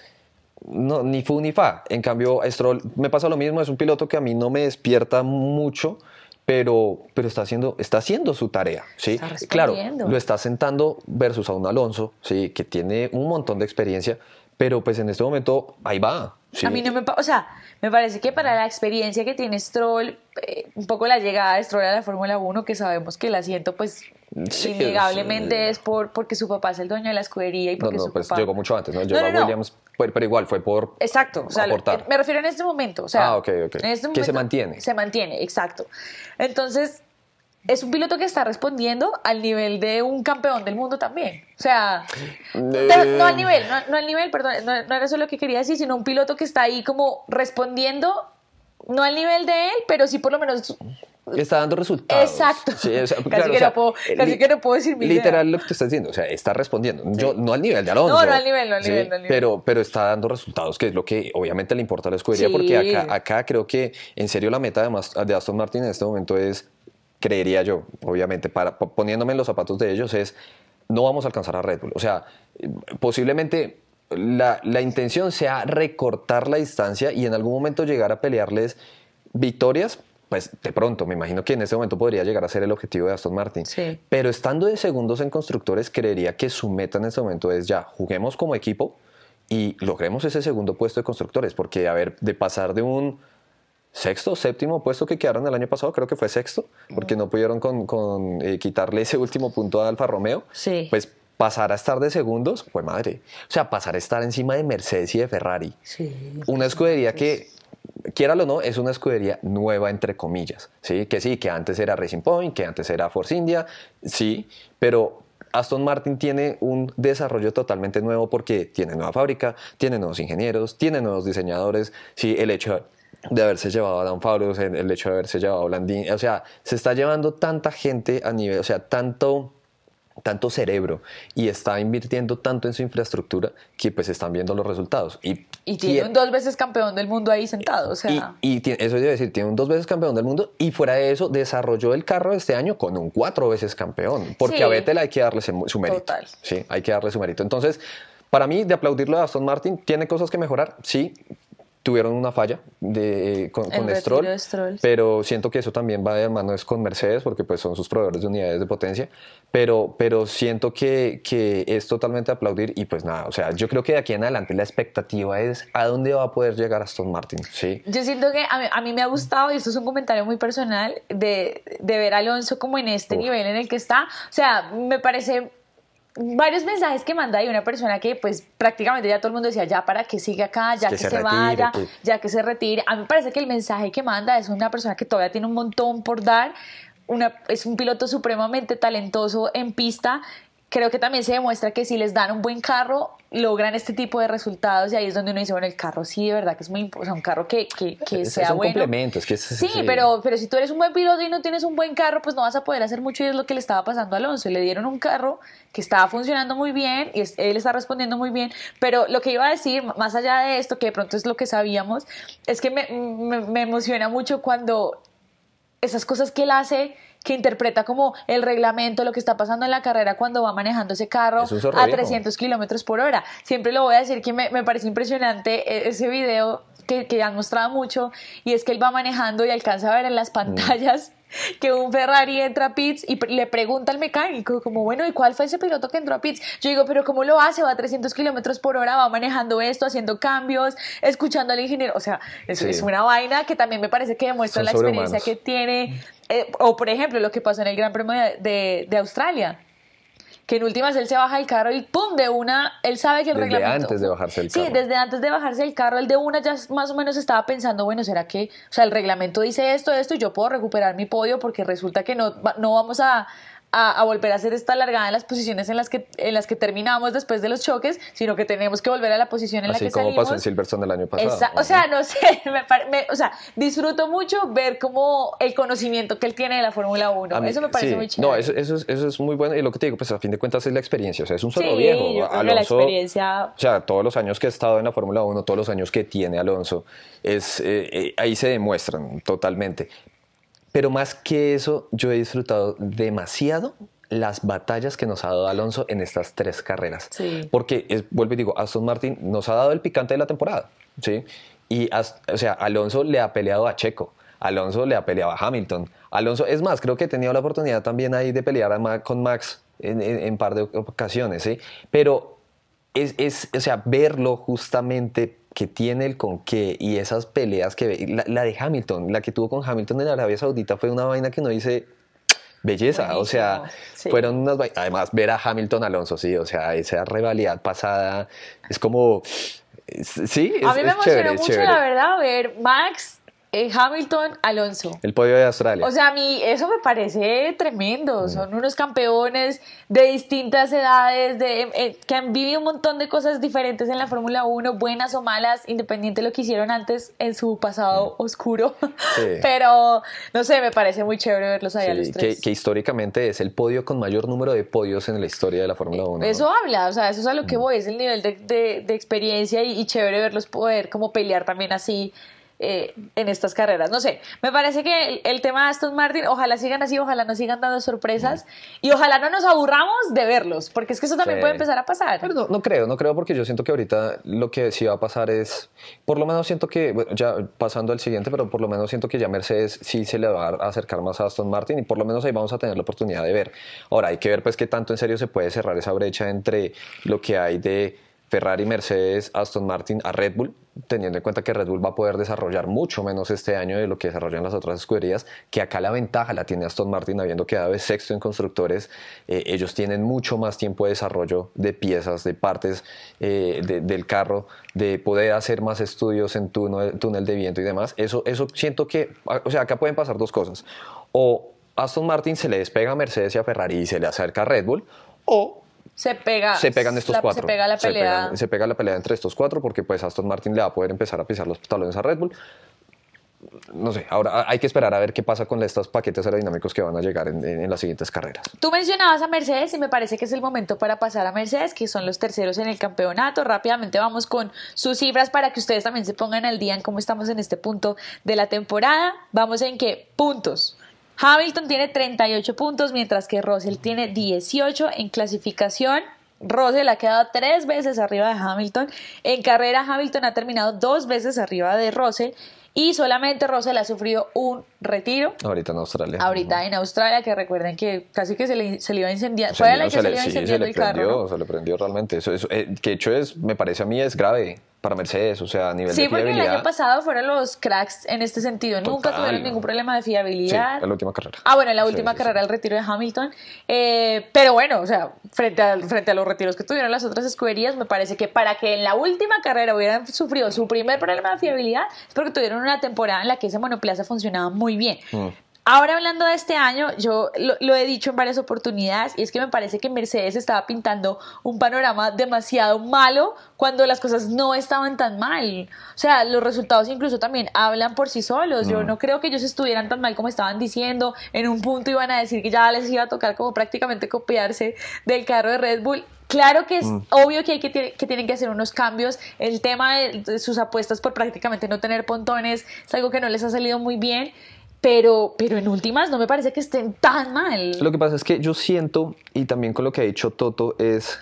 no, ni fu ni fa. En cambio, Stroll me pasa lo mismo, es un piloto que a mí no me despierta mucho, pero está haciendo su tarea, ¿sí? Está Claro, respondiendo. lo está sentando versus a un Alonso, ¿sí? Que tiene un montón de experiencia, pero pues en este momento ahí va. ¿Sí? A mí no o sea, me parece que para la experiencia que tiene Stroll, un poco la llegada de Stroll a la Fórmula 1, que sabemos que el asiento pues Sí, innegablemente es porque su papá es el dueño de la escudería y porque No, su pues papá... llegó mucho antes, ¿no? Llegó a Williams, pero igual fue por Exacto, o sea, aportar. me refiero en este momento, o sea, Ok. en este Que se momento mantiene. Se mantiene, exacto. Entonces, es un piloto que está respondiendo al nivel de un campeón del mundo también. O sea, pero no al nivel, no al nivel, perdón, no era eso lo que quería decir, sino un piloto que está ahí como respondiendo, no al nivel de él, pero sí por lo menos... Está dando resultados. Exacto. Sí, o sea, Casi claro, que o sea, no puedo- casi que no puedo decir mi idea. literal lo que te estás diciendo, o sea, está respondiendo. Yo no al nivel de Alonso. No, no al nivel, no al ¿sí? nivel, no al nivel. Pero está dando resultados, que es lo que obviamente le importa a la escudería, Sí. porque acá creo que en serio la meta de Aston Martin en este momento es, creería yo, obviamente, poniéndome en los zapatos de ellos, es no vamos a alcanzar a Red Bull. O sea, posiblemente la intención sea recortar la distancia y en algún momento llegar a pelearles victorias. Pues de pronto, me imagino que en ese momento podría llegar a ser el objetivo de Aston Martin. Sí. Pero estando de segundos en constructores, creería que su meta en este momento es ya, juguemos como equipo y logremos ese segundo puesto de constructores. Porque, a ver, de pasar de un sexto, séptimo puesto que quedaron el año pasado, creo que fue sexto, porque no pudieron quitarle ese último punto a Alfa Romeo. Sí. Pues pasar a estar de segundos, pues madre. O sea, pasar a estar encima de Mercedes y de Ferrari. Sí. Una escudería que, quiéralo o no, es una escudería nueva, entre comillas. Sí, que antes era Racing Point, que antes era Force India, sí, pero Aston Martin tiene un desarrollo totalmente nuevo porque tiene nueva fábrica, tiene nuevos ingenieros, tiene nuevos diseñadores. Sí, el hecho de haberse llevado a Dan Fabros, el hecho de haberse llevado a Blandini, o sea, se está llevando tanta gente a nivel, o sea, tanto cerebro, y está invirtiendo tanto en su infraestructura que pues están viendo los resultados. Y tiene un 2 veces campeón del mundo ahí sentado, o sea... Eso debe decir, tiene un 2 veces campeón del mundo, y fuera de eso desarrolló el carro este año con un 4 veces campeón, porque Sí. a Vettel hay que darle su mérito. Total. Sí, hay que darle su mérito. Entonces, para mí, de aplaudirlo a Aston Martin, tiene cosas que mejorar, sí. Tuvieron una falla con retiro Stroll, de Stroll. pero siento que eso también va de mano es con Mercedes, porque pues son sus proveedores de unidades de potencia, pero siento que es totalmente de aplaudir, y pues nada, o sea, yo creo que de aquí en adelante la expectativa es a dónde va a poder llegar Aston Martin, ¿sí? Yo siento que a mí me ha gustado, y esto es un comentario muy personal, de ver a Alonso como en este nivel en el que está. O sea, me parece varios mensajes que manda, y una persona que pues prácticamente ya todo el mundo decía, ya para que siga acá, ya que se retire, vaya, pues. ya que se retire. A mí me parece que el mensaje que manda es una persona que todavía tiene un montón por dar, es un piloto supremamente talentoso en pista. Creo que también se demuestra que si les dan un buen carro, logran este tipo de resultados, y ahí es donde uno dice, bueno, el carro sí, de verdad que es muy importante, o sea, un carro que sea es un bueno. complemento, es que Sí, pero si tú eres un buen piloto y no tienes un buen carro, pues no vas a poder hacer mucho, y es lo que le estaba pasando a Alonso. Le dieron un carro que estaba funcionando muy bien, y él está respondiendo muy bien, pero lo que iba a decir, más allá de esto, que de pronto es lo que sabíamos, es que me emociona mucho cuando esas cosas que él hace, que interpreta como el reglamento, lo que está pasando en la carrera cuando va manejando ese carro Es un zorro a viejo. 300 kilómetros por hora. Siempre lo voy a decir que me parece impresionante ese video que han mostrado mucho, y es que él va manejando y alcanza a ver en las pantallas que un Ferrari entra a pits y le pregunta al mecánico como, bueno, ¿y cuál fue ese piloto que entró a pits? Yo digo, pero ¿cómo lo hace? Va a 300 kilómetros por hora, va manejando esto, haciendo cambios, escuchando al ingeniero. O sea, es una vaina que también me parece que demuestra Son la experiencia sobrehumanos. que tiene. O por ejemplo, lo que pasó en el Gran Premio de Australia, que en últimas él se baja del carro y ¡pum! De una, él sabe que el Desde reglamento... antes de bajarse del carro. Sí, desde antes de bajarse del carro, él de una ya más o menos estaba pensando, bueno, ¿será que, o sea, el reglamento dice esto, y yo puedo recuperar mi podio, porque resulta que no vamos a volver a hacer esta largada en las posiciones en las que terminamos después de los choques, sino que tenemos que volver a la posición en Así la que como salimos. pasó en Silverstone el año pasado. O sea, no sé, o sea, disfruto mucho ver como el conocimiento que él tiene de la Fórmula 1. A mí- Eso me parece sí, muy chévere. No, eso es muy bueno, y lo que te digo, pues a fin de cuentas es la experiencia, o sea, es un zorro Sí, viejo. yo creo que la experiencia... O sea, todos los años que ha estado en la Fórmula 1, todos los años que tiene Alonso, ahí se demuestran totalmente. Pero más que eso, yo he disfrutado demasiado las batallas que nos ha dado Alonso en estas 3 carreras. Sí. Porque, vuelvo y digo, Aston Martin nos ha dado el picante de la temporada, ¿sí? Y, o sea, Alonso le ha peleado a Checo, Alonso le ha peleado a Hamilton, Alonso, es más, creo que he tenido la oportunidad también ahí de pelear con Max en par de ocasiones, ¿sí? Pero o sea, verlo justamente que tiene el con qué, y esas peleas que ve, la de Hamilton, la que tuvo con Hamilton en Arabia Saudita, fue una vaina que no dice belleza. Buenísimo, O sea, sí. fueron unas vainas. Además, ver a Hamilton Alonso, sí, o sea, esa rivalidad pasada es como, sí, A mí me es emocionó chévere, es mucho, chévere. la verdad, ver Max, Hamilton, Alonso. El podio de Australia. O sea, a mí eso me parece tremendo. Son unos campeones de distintas edades, que han vivido un montón de cosas diferentes en la Fórmula 1, buenas o malas, independiente de lo que hicieron antes en su pasado oscuro. Sí. Pero, no sé, me parece muy chévere verlos ahí a los Sí, tres. que históricamente es el podio con mayor número de podios en la historia de la Fórmula 1. Eso habla, o sea, eso es a lo que voy, es el nivel de experiencia, y chévere verlos poder como pelear también así en estas carreras. No sé, me parece que el tema de Aston Martin, ojalá sigan así, ojalá nos sigan dando sorpresas, y ojalá no nos aburramos de verlos, porque es que eso también Sí. puede empezar a pasar. Pero no creo, porque yo siento que ahorita lo que sí va a pasar es, por lo menos siento que, bueno, ya pasando al siguiente, pero por lo menos siento que ya Mercedes sí se le va a acercar más a Aston Martin, y por lo menos ahí vamos a tener la oportunidad de ver. Ahora, hay que ver pues qué tanto en serio se puede cerrar esa brecha entre lo que hay de Ferrari, Mercedes, Aston Martin a Red Bull, teniendo en cuenta que Red Bull va a poder desarrollar mucho menos este año de lo que desarrollan las otras escuderías, que acá la ventaja la tiene Aston Martin habiendo quedado de sexto en constructores. Ellos tienen mucho más tiempo de desarrollo de piezas, de partes del carro, de poder hacer más estudios en túnel de viento y demás. Eso siento que, o sea, acá pueden pasar dos cosas. O Aston Martin se le despega a Mercedes y a Ferrari y se le acerca a Red Bull, o se pegan estos cuatro. Se pega la pelea. Se pega la pelea entre estos cuatro, porque pues Aston Martin le va a poder empezar a pisar los talones a Red Bull. No sé, ahora hay que esperar a ver qué pasa con estos paquetes aerodinámicos que van a llegar en las siguientes carreras. Tú mencionabas a Mercedes y me parece que es el momento para pasar a Mercedes, que son los terceros en el campeonato. Rápidamente vamos con sus cifras para que ustedes también se pongan al día en cómo estamos en este punto de la temporada. Vamos en qué puntos. Hamilton tiene 38 puntos, mientras que Russell tiene 18 en clasificación. Russell ha quedado 3 veces arriba de Hamilton. En carrera, Hamilton ha terminado 2 veces arriba de Russell. Y solamente Russell ha sufrido un retiro. Ahorita en Australia. Ahorita en Australia, que recuerden que casi que se le iba a incendiar. Fue a la que se le iba incendiando el carro, ¿no? Se le prendió realmente. Eso, que hecho me parece a mí es grave para Mercedes, o sea, a nivel de Sí, porque fiabilidad. el año pasado fueron los cracks en este sentido. Nunca Total. tuvieron ningún problema de Sí, fiabilidad. en la última carrera. Ah, bueno, en la Sí, última sí, carrera sí. el retiro de Hamilton. Pero bueno, o sea, frente a los retiros que tuvieron las otras escuderías, me parece que para que en la última carrera hubieran sufrido su primer problema de fiabilidad, es porque tuvieron una temporada en la que ese monoplaza funcionaba muy bien. Ahora hablando de este año, yo lo he dicho en varias oportunidades, y es que me parece que Mercedes estaba pintando un panorama demasiado malo cuando las cosas no estaban tan mal. O sea, los resultados incluso también hablan por sí solos. Yo no creo que ellos estuvieran tan mal como estaban diciendo. En un punto iban a decir que ya les iba a tocar como prácticamente copiarse del carro de Red Bull. Claro que es obvio que tienen que hacer unos cambios. El tema de sus apuestas por prácticamente no tener pontones es algo que no les ha salido muy bien. Pero en últimas no me parece que estén tan mal. Lo que pasa es que yo siento, y también con lo que ha dicho Toto, es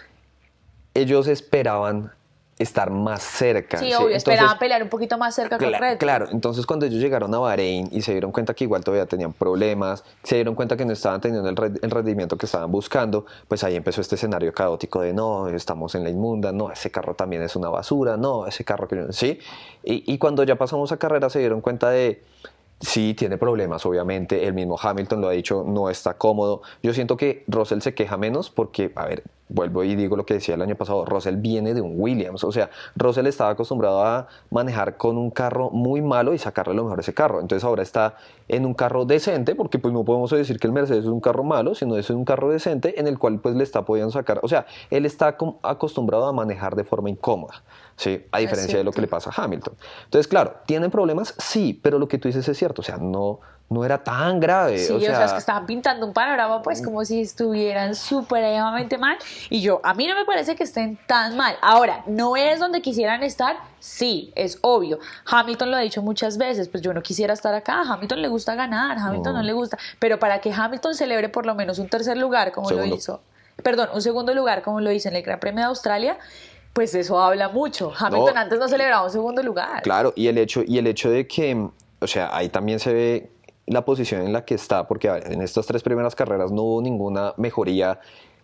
ellos esperaban estar más cerca. Sí, obvio, esperaban pelear un poquito más cerca con Red Bull. Claro, entonces cuando ellos llegaron a Bahrein y se dieron cuenta que igual todavía tenían problemas, se dieron cuenta que no estaban teniendo el rendimiento que estaban buscando, pues ahí empezó este escenario caótico de no, estamos en la inmunda, no, ese carro también es una basura, no, ese carro que... Sí, y cuando ya pasamos a carrera se dieron cuenta de... Sí, tiene problemas, obviamente. El mismo Hamilton lo ha dicho, no está cómodo. Yo siento que Russell se queja menos porque, a ver, vuelvo y digo lo que decía el año pasado, Russell viene de un Williams. O sea, Russell estaba acostumbrado a manejar con un carro muy malo y sacarle lo mejor a ese carro. Entonces ahora está en un carro decente, porque pues no podemos decir que el Mercedes es un carro malo, sino es un carro decente en el cual pues le está pudiendo sacar. O sea, él está acostumbrado a manejar de forma incómoda, ¿sí? A diferencia de lo que le pasa a Hamilton. Entonces, claro, ¿tienen problemas? Sí, pero lo que tú dices es cierto. O sea, no era tan grave. Sí, o sea, es que estaban pintando un panorama pues como si estuvieran supremamente mal, y a mí no me parece que estén tan mal. Ahora, ¿no es donde quisieran estar? Sí, es obvio. Hamilton lo ha dicho muchas veces, pues yo no quisiera estar acá. A Hamilton le gusta ganar, a Hamilton no le gusta, pero para que Hamilton celebre por lo menos un tercer lugar como lo hizo, un segundo lugar como lo hizo en el Gran Premio de Australia, pues eso habla mucho. Hamilton antes no celebraba un segundo lugar. Claro, y el hecho de que, o sea, ahí también se ve la posición en la que está, porque a ver, en estas 3 primeras carreras no hubo ninguna mejoría,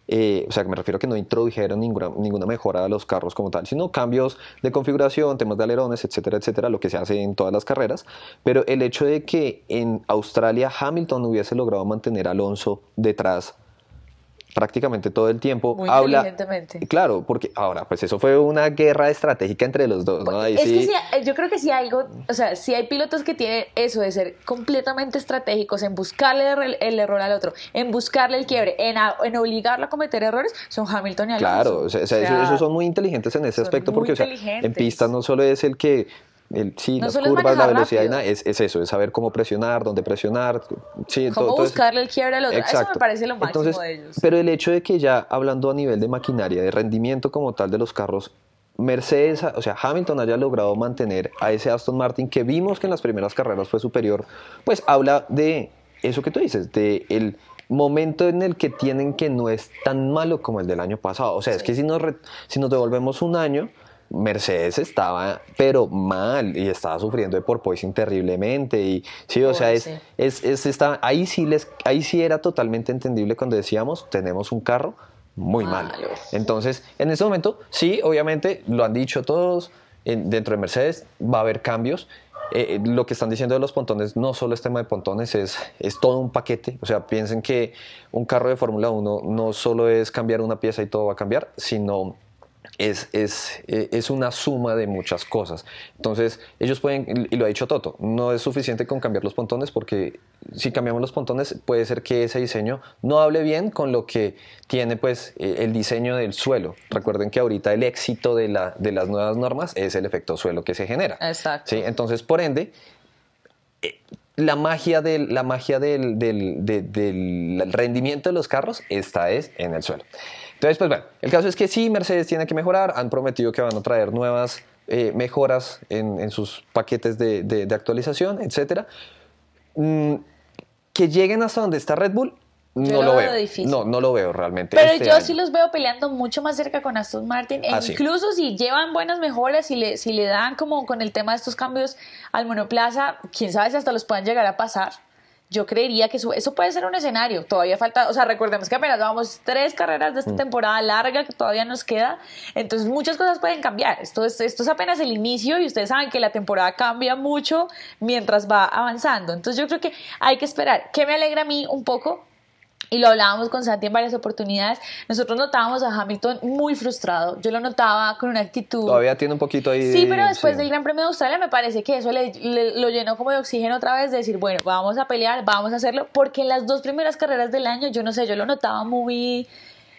o sea, que me refiero a que no introdujeron ninguna mejora a los carros como tal, sino cambios de configuración, temas de alerones, etcétera, etcétera, lo que se hace en todas las carreras. Pero el hecho de que en Australia Hamilton hubiese logrado mantener a Alonso detrás prácticamente todo el tiempo, muy habla, inteligentemente. claro, porque ahora pues eso fue una guerra estratégica entre los dos, ¿no? Ahí es sí, que sí, yo creo que sí algo, o sea, sí hay pilotos que tienen eso de ser completamente estratégicos en buscarle el error al otro, en buscarle el quiebre, en obligarlo a cometer errores, son Hamilton y Alonso. Claro, o sea, esos son muy inteligentes en ese aspecto, porque o sea, en pista no solo es el que sí, no las solo es curvas, la manejar velocidad y rápido. nada, es eso, es saber cómo presionar, dónde presionar, sí, Cómo todo eso. buscarle el quiebre al otro. Eso Exacto. me parece lo máximo Entonces, de ellos. pero el hecho de que ya hablando a nivel de maquinaria, de rendimiento como tal de los carros, Mercedes, o sea, Hamilton haya logrado mantener a ese Aston Martin que vimos que en las primeras carreras fue superior, pues habla de eso que tú dices, de el momento en el que tienen, que no es tan malo como el del año pasado. O sea, es que si nos devolvemos un año, Mercedes estaba pero mal y estaba sufriendo de porpoising terriblemente, y sí, o sea, ahí sí era totalmente entendible cuando decíamos tenemos un carro muy mal. Malos. Entonces, en este momento, sí, obviamente, lo han dicho todos, dentro de Mercedes va a haber cambios. Lo que están diciendo de los pontones no solo es tema de pontones, es todo un paquete. O sea, piensen que un carro de Fórmula 1 no solo es cambiar una pieza y todo va a cambiar, sino es una suma de muchas cosas. Entonces, ellos pueden, y lo ha dicho Toto, no es suficiente con cambiar los pontones, porque si cambiamos los pontones puede ser que ese diseño no hable bien con lo que tiene pues el diseño del suelo. Recuerden que ahorita el éxito de las nuevas normas es el efecto suelo que se genera. Exacto. ¿Sí? Entonces, por ende, la magia del rendimiento de los carros está en el suelo. Entonces, pues bueno, el caso es que sí, Mercedes tiene que mejorar, han prometido que van a traer nuevas mejoras en sus paquetes de actualización, etcétera. Que lleguen hasta donde está Red Bull, Yo no lo lo veo veo. difícil. No lo veo realmente. Pero este yo año. sí los veo peleando mucho más cerca con Aston Martin. E Sí. incluso si llevan buenas mejoras, si le dan como con el tema de estos cambios al monoplaza, quién sabe si hasta los puedan llegar a pasar. Yo creería que eso puede ser un escenario. Todavía falta, o sea, recordemos que apenas vamos 3 carreras de esta temporada larga que todavía nos queda. Entonces muchas cosas pueden cambiar. Esto es apenas el inicio y ustedes saben que la temporada cambia mucho mientras va avanzando. Entonces yo creo que hay que esperar. ¿Qué me alegra a mí un poco? Y lo hablábamos con Santi en varias oportunidades. Nosotros notábamos a Hamilton muy frustrado. Yo lo notaba con una actitud. Todavía tiene un poquito ahí. Sí, pero después sí. del Gran Premio de Australia me parece que eso lo llenó como de oxígeno otra vez, de decir, bueno, vamos a pelear, vamos a hacerlo, porque en las 2 primeras carreras del año, yo no sé, yo lo notaba muy,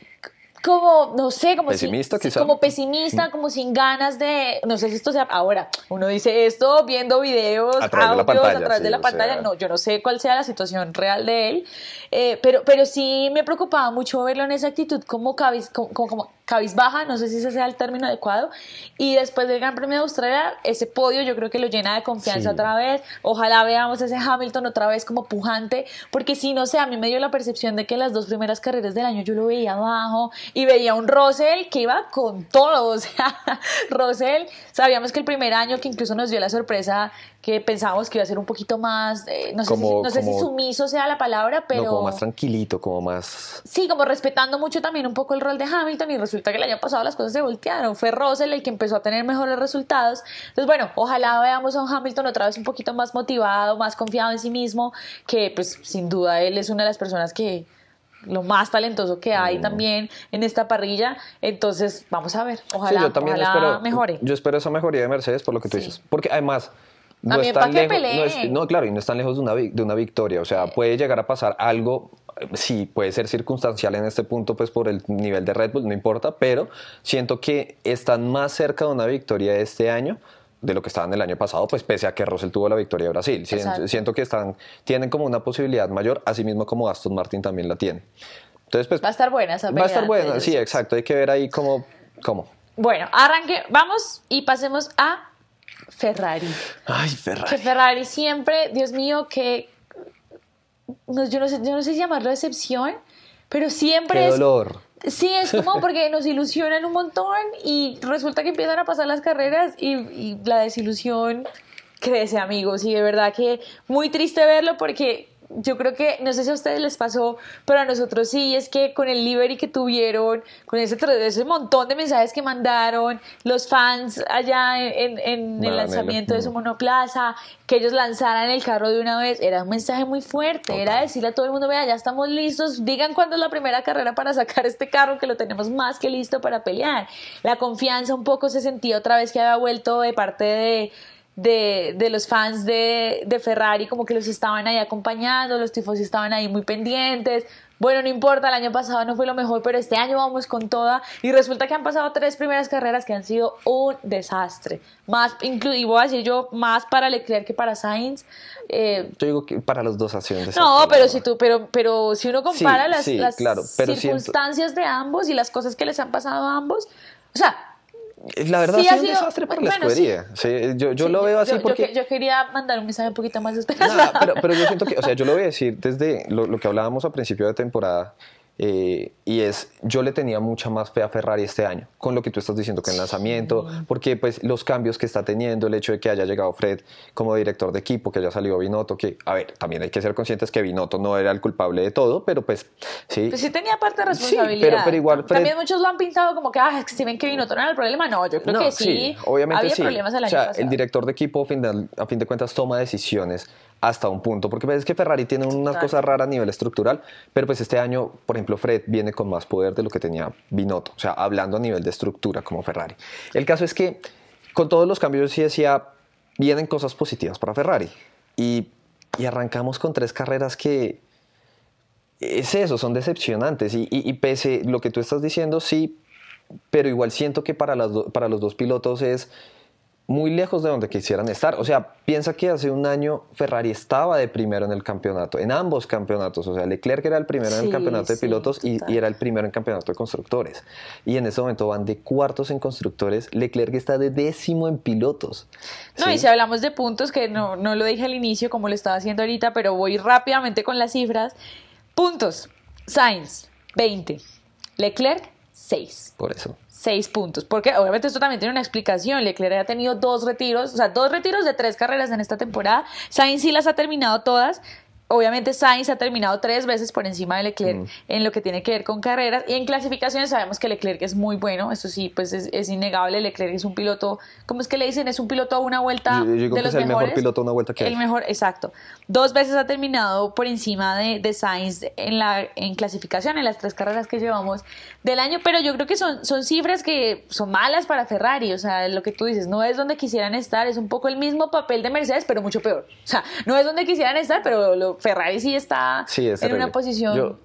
como, no sé, como pesimista, quizá. como pesimista, como sin ganas de, no sé si esto sea, ahora, uno dice esto viendo videos, A través de la audios, pantalla, a través de sí, la o pantalla, sea. no, yo no sé cuál sea la situación real de él, pero sí me preocupaba mucho verlo en esa actitud como cabizbaja, no sé si ese sea el término adecuado, y después del Gran Premio de Australia, ese podio yo creo que lo llena de confianza Sí. otra vez, ojalá veamos ese Hamilton otra vez como pujante, porque si no sé, a mí me dio la percepción de que las 2 primeras carreras del año yo lo veía abajo, y veía un Russell que iba con todo, o sea, Russell, sabíamos que el primer año que incluso nos dio la sorpresa que pensábamos que iba a ser un poquito más, no sé si sumiso sea la palabra, pero... No, como más tranquilito, como más... Sí, como respetando mucho también un poco el rol de Hamilton, y resulta que el año pasado las cosas se voltearon. Fue Russell el que empezó a tener mejores resultados. Entonces, bueno, ojalá veamos a un Hamilton otra vez un poquito más motivado, más confiado en sí mismo, que pues sin duda él es una de las personas que lo más talentoso que hay también en esta parrilla. Entonces, vamos a ver. Ojalá, Sí, yo también ojalá espero, mejore. Yo espero esa mejoría de Mercedes por lo que tú Sí. dices. Porque además... No También es tan pa' que lejos, peleen. claro, y no están lejos de una victoria. O sea, puede llegar a pasar algo, sí, puede ser circunstancial en este punto, pues por el nivel de Red Bull, no importa, pero siento que están más cerca de una victoria este año de lo que estaban el año pasado, pues pese a que Russell tuvo la victoria de Brasil. Exacto. Siento que tienen como una posibilidad mayor, así mismo como Aston Martin también la tiene. Entonces, pues... Va a estar buena esa Va a estar pelea buena, entre sí, ellos. exacto. Hay que ver ahí cómo. Bueno, vamos y pasemos a Ferrari. Ay, Que Ferrari. Ferrari siempre, Dios mío, que yo no sé si llamarlo decepción, pero siempre Qué es... dolor. Sí, es como porque nos ilusionan un montón y resulta que empiezan a pasar las carreras y la desilusión crece, amigos. Y de verdad que muy triste verlo porque yo creo que, no sé si a ustedes les pasó, pero a nosotros sí, es que con el livery que tuvieron, con ese montón de mensajes que mandaron los fans allá en el Maranello. lanzamiento de su monoplaza, que ellos lanzaran el carro de una vez, era un mensaje muy fuerte, era decirle a todo el mundo, vea, ya estamos listos, digan cuándo es la primera carrera para sacar este carro, que lo tenemos más que listo para pelear. La confianza un poco se sentía otra vez que había vuelto de parte de los fans de Ferrari, como que los estaban ahí acompañando, los tifosi estaban ahí muy pendientes. Bueno, no importa, el año pasado no fue lo mejor, pero este año vamos con toda, y resulta que han pasado 3 primeras carreras que han sido un desastre, y voy a decir yo, más para Leclerc que para Sainz. Yo digo que para los dos ha sido un desastre, No, la pero verdad. pero si uno compara Sí, las claro, pero circunstancias de ambos y las cosas que les han pasado a ambos, o sea, La verdad sí ha ha sido un sido- desastre para la bueno, escudería. Sí, yo sí, lo veo así porque... yo quería mandar un mensaje un poquito más esperanzado. Nada, pero yo siento que, o sea, yo lo voy a decir desde lo que hablábamos a principio de temporada. yo le tenía mucha más fe a Ferrari este año, con lo que tú estás diciendo, que en lanzamiento, porque pues los cambios que está teniendo, el hecho de que haya llegado Fred como director de equipo, que haya salido Binotto, que, a ver, también hay que ser conscientes que Binotto no era el culpable de todo, pero pues sí. Pues sí tenía parte de responsabilidad. Sí, pero igual Fred... También muchos lo han pintado como que, es que si ven que Binotto no era el problema. No, yo creo que sí, obviamente había sí. problemas el año o sea, pasado. el director de equipo, a fin de cuentas, toma decisiones hasta un punto, porque ves que Ferrari tiene una cosa rara a nivel estructural, pero pues este año, por ejemplo, Fred viene con más poder de lo que tenía Binotto, o sea, hablando a nivel de estructura como Ferrari. El caso es que con todos los cambios, sí decía, vienen cosas positivas para Ferrari, y arrancamos con 3 carreras que es eso, son decepcionantes, y pese lo que tú estás diciendo, sí, pero igual siento que para los 2 pilotos es muy lejos de donde quisieran estar. O sea, piensa que hace un año Ferrari estaba de primero en el campeonato, en ambos campeonatos. O sea, Leclerc era el primero en el campeonato de pilotos y era el primero en campeonato de constructores. Y en este momento van de cuartos en constructores. Leclerc está de 10º en pilotos. No, ¿sí? y si hablamos de puntos, que no lo dije al inicio como lo estaba haciendo ahorita, pero voy rápidamente con las cifras. Puntos. Sainz, 20. Leclerc, 6. Por eso. 6 puntos, porque obviamente esto también tiene una explicación. Leclerc ha tenido 2 retiros, o sea, 2 retiros de 3 carreras en esta temporada. Sainz sí las ha terminado todas. Obviamente Sainz ha terminado 3 veces por encima de Leclerc en lo que tiene que ver con carreras, y en clasificaciones sabemos que Leclerc es muy bueno, eso sí, pues es innegable. Leclerc es un piloto, ¿cómo es que le dicen? Es un piloto a una vuelta Yo digo de que los es el mejores. mejor piloto a una vuelta que hay. El mejor, exacto. 2 veces ha terminado por encima de Sainz en clasificación en las 3 carreras que llevamos del año, pero yo creo que son cifras que son malas para Ferrari. O sea, lo que tú dices, no es donde quisieran estar, es un poco el mismo papel de Mercedes, pero mucho peor. O sea, no es donde quisieran estar, pero Ferrari sí está en una posición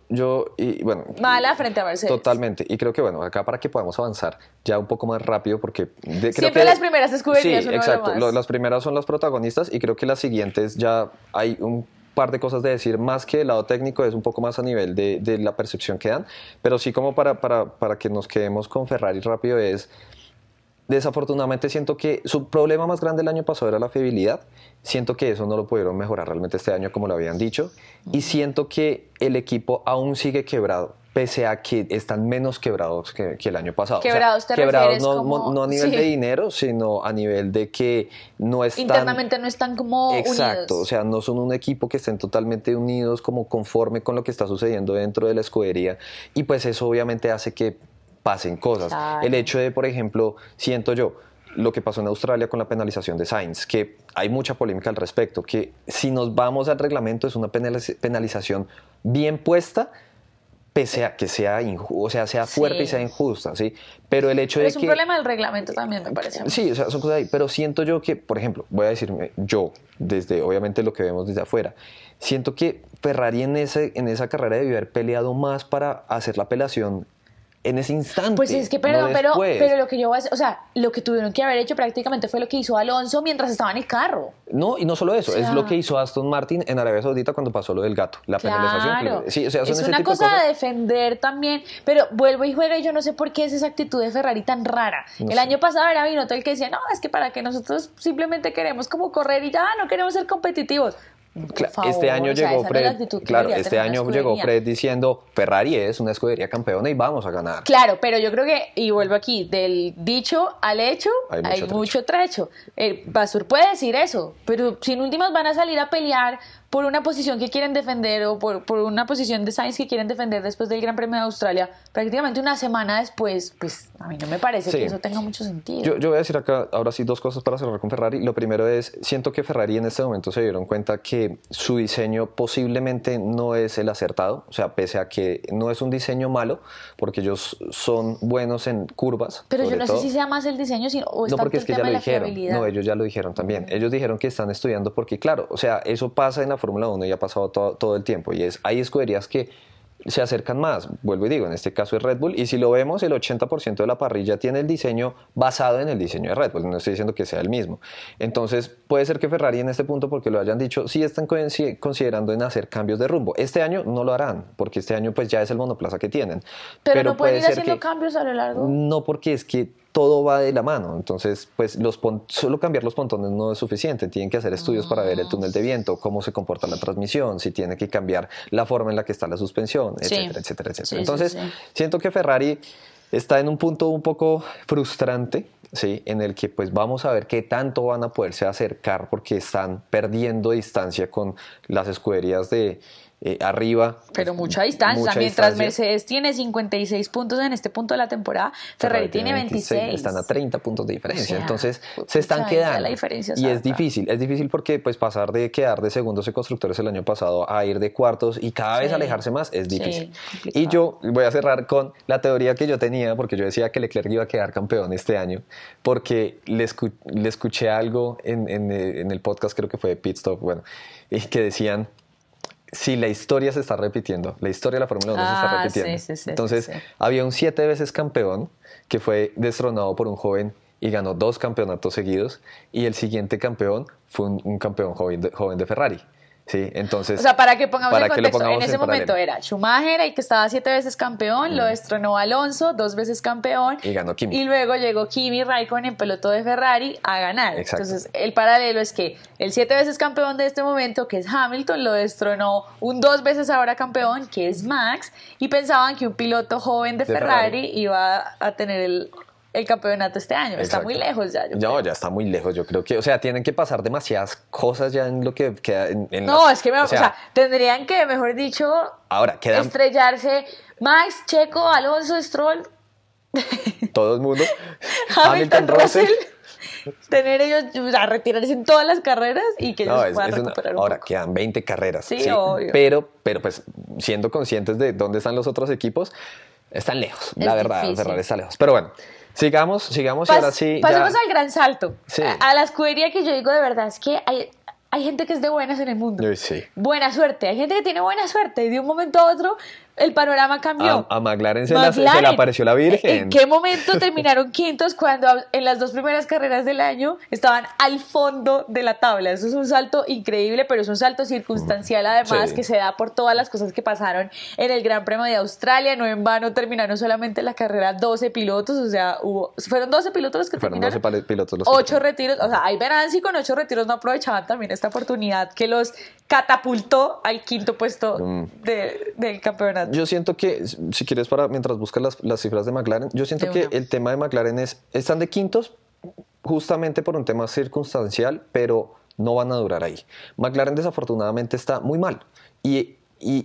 mala frente a Mercedes. Totalmente. Y creo que, bueno, acá para que podamos avanzar ya un poco más rápido, porque creo siempre que las primeras escuderías. Sí, exacto. Las primeras son las protagonistas, y creo que las siguientes ya hay un par de cosas de decir, más que el lado técnico, es un poco más a nivel de la percepción que dan, pero sí, como para que nos quedemos con Ferrari rápido, es desafortunadamente siento que su problema más grande el año pasado era la fiabilidad. Siento que eso no lo pudieron mejorar realmente este año como lo habían dicho, y siento que el equipo aún sigue quebrado, pese a que están menos quebrados que el año pasado. Quebrados, o sea, te refieres no, como... no a nivel sí. de dinero, sino a nivel de que no están... Internamente no están como Exacto, unidos. o sea, no son un equipo que estén totalmente unidos, como conforme con lo que está sucediendo dentro de la escudería, y pues eso obviamente hace que pasen cosas. Claro. El hecho de, por ejemplo, siento yo, lo que pasó en Australia con la penalización de Sainz, que hay mucha polémica al respecto, que si nos vamos al reglamento es una penalización bien puesta, pese a que sea sea fuerte y sea injusta, ¿sí? Pero el hecho de que... Es un problema del reglamento también, me parece. Sí, o sea, son cosas ahí, pero siento yo que, por ejemplo, voy a decirme yo, desde obviamente lo que vemos desde afuera, siento que Ferrari en esa carrera debió haber peleado más para hacer la apelación en ese instante. Pues es que, perdón, no después. pero lo que yo voy a hacer, o sea, lo que tuvieron que haber hecho prácticamente fue lo que hizo Alonso mientras estaba en el carro. No, y no solo eso, O sea, es lo que hizo Aston Martin en Arabia Saudita cuando pasó lo del gato, la penalización. Claro, Sí, o sea, son es ese una tipo de cosa cosas. de defender también, pero vuelvo y juega, y yo no sé por qué es esa actitud de Ferrari tan rara. No El sé. año pasado era Binotto el que decía, no, es que para que nosotros simplemente queremos como correr y ya, no queremos ser competitivos. Por favor, Este año o sea, llegó esa no es la Fred, actitud que claro, debería este tener una año llegó escudería. Fred diciendo, Ferrari es una escudería campeona y vamos a ganar. Claro, pero yo creo que, y vuelvo aquí, del dicho al hecho Hay mucho trecho. Basur puede decir eso, pero si en últimas van a salir a pelear por una posición que quieren defender, o por una posición de Sainz que quieren defender después del Gran Premio de Australia, prácticamente una semana después, pues a mí no me parece Sí. que eso tenga mucho sentido. Yo voy a decir acá, ahora sí, 2 cosas para cerrar con Ferrari. Lo primero es, siento que Ferrari en este momento se dieron cuenta que su diseño posiblemente no es el acertado, o sea, pese a que no es un diseño malo, porque ellos son buenos en curvas. Pero yo sobre no todo. sé si sea más el diseño o es No, tanto porque el es que tema ya lo de la dijeron. fiabilidad. No, ellos ya lo dijeron también. Ellos dijeron que están estudiando porque, claro, o sea, eso pasa en la Fórmula 1 y ha pasado todo el tiempo. Y hay escuderías que se acercan más. Vuelvo y digo, en este caso es Red Bull. Y si lo vemos, el 80% de la parrilla tiene el diseño basado en el diseño de Red Bull. No estoy diciendo que sea el mismo. Entonces, puede ser que Ferrari en este punto, porque lo hayan dicho, sí están considerando en hacer cambios de rumbo. Este año no lo harán, porque este año pues ya es el monoplaza que tienen. Pero no pueden puede ir ser haciendo que- cambios a lo largo. No, porque es que todo va de la mano. Entonces, pues solo cambiar los pontones no es suficiente. Tienen que hacer estudios para ver el túnel de viento, cómo se comporta la transmisión, si tiene que cambiar la forma en la que está la suspensión, Sí. etcétera, etcétera, etcétera. Sí, Entonces, sí, sí. siento que Ferrari está en un punto un poco frustrante, ¿sí? En el que pues vamos a ver qué tanto van a poderse acercar porque están perdiendo distancia con las escuderías de arriba. Pero mucha distancia. O sea, Mucha mientras distancia. Mercedes tiene 56 puntos en este punto de la temporada, Ferrari tiene 26. Están a 30 puntos de diferencia. O sea, Entonces pucha, se están ya quedando. la diferencia Y es es harta. difícil. Es difícil porque pues pasar de quedar de segundos de constructores el año pasado a ir de cuartos y cada vez Sí. alejarse más es Sí, difícil. complicado. Y yo voy a cerrar con la teoría que yo tenía, porque yo decía que Leclerc iba a quedar campeón este año, porque le escuché algo en el podcast, creo que fue de Pit Stop, bueno, y que decían, si la historia se está repitiendo, la historia de la Fórmula 1 se está Ah, repitiendo. sí, sí, sí, Entonces, sí. había un 7 veces campeón que fue destronado por un joven y ganó 2 campeonatos seguidos, y el siguiente campeón fue un campeón joven de Ferrari. ¿Sí? Entonces, O sea, para que pongamos para en que lo contexto, en pongamos ese momento paralelo. era Schumacher, el que estaba 7 veces campeón, lo destronó Alonso, 2 veces campeón. Y ganó Kimi. Y luego llegó Kimi Raikkonen en piloto de Ferrari a ganar. Exacto. Entonces, el paralelo es que el 7 veces campeón de este momento, que es Hamilton, lo destronó un 2 veces ahora campeón, que es Max, y pensaban que un piloto joven de De Ferrari iba a tener el campeonato este año. Está Exacto. muy lejos ya. yo No, creo. ya está muy lejos. Yo creo que, o sea, tienen que pasar demasiadas cosas ya en lo que queda en No, las- es que o sea, tendrían que, mejor dicho, ahora quedan estrellarse Max, Checo, Alonso, Stroll, todo el mundo. Hamilton, Russell, tener ellos, o sea, retirarse en todas las carreras y que ellos No, puedan recuperar un ahora poco. quedan 20 carreras. Sí, obvio. Pero pues siendo conscientes de dónde están los otros equipos, están lejos. Es La verdad, difícil. Ferrari está lejos. Pero bueno, sigamos y ahora sí. Pasemos ya- al gran salto. Sí. A la escudería que yo digo de verdad, es que hay gente que es de buenas en el mundo. Uy, sí. Buena suerte. Hay gente que tiene buena suerte y de un momento a otro el panorama cambió. A McLaren se le apareció la Virgen. ¿En qué momento terminaron quintos cuando en las 2 primeras carreras del año estaban al fondo de la tabla? Eso es un salto increíble, pero es un salto circunstancial además Sí. que se da por todas las cosas que pasaron en el Gran Premio de Australia. No en vano terminaron solamente la carrera 12 pilotos, o sea, fueron 12 pilotos los que Fueron terminaron. 12 pilotos los que 8 retiros, o sea, ahí verán si con 8 retiros no aprovechaban también esta oportunidad que los catapultó al quinto puesto del campeonato. Yo siento que, si quieres, mientras buscas las cifras de McLaren, yo siento De que una. el tema de McLaren están de quintos justamente por un tema circunstancial, pero no van a durar ahí. McLaren desafortunadamente está muy mal y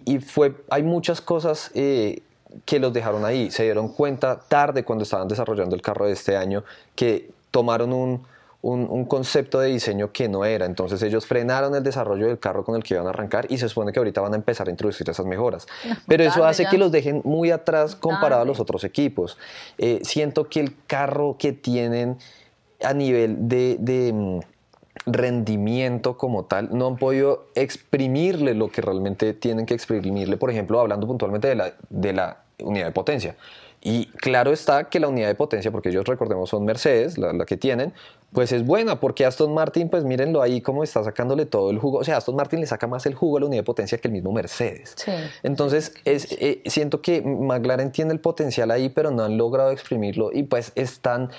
hay muchas cosas que los dejaron ahí. Se dieron cuenta tarde cuando estaban desarrollando el carro de este año que tomaron un concepto de diseño que no era. Entonces ellos frenaron el desarrollo del carro con el que iban a arrancar y se supone que ahorita van a empezar a introducir esas mejoras. Pero eso tarde hace ya. que los dejen muy atrás comparado a Tarde. los otros equipos. Siento que el carro que tienen a nivel de rendimiento como tal, no han podido exprimirle lo que realmente tienen que exprimirle, por ejemplo, hablando puntualmente de la unidad de potencia. Y claro está que la unidad de potencia, porque ellos recordemos son Mercedes, la que tienen, pues es buena, porque Aston Martin, pues mírenlo ahí cómo está sacándole todo el jugo. O sea, Aston Martin le saca más el jugo a la unidad de potencia que el mismo Mercedes. Sí. Entonces, siento que McLaren tiene el potencial ahí, pero no han logrado exprimirlo y pues están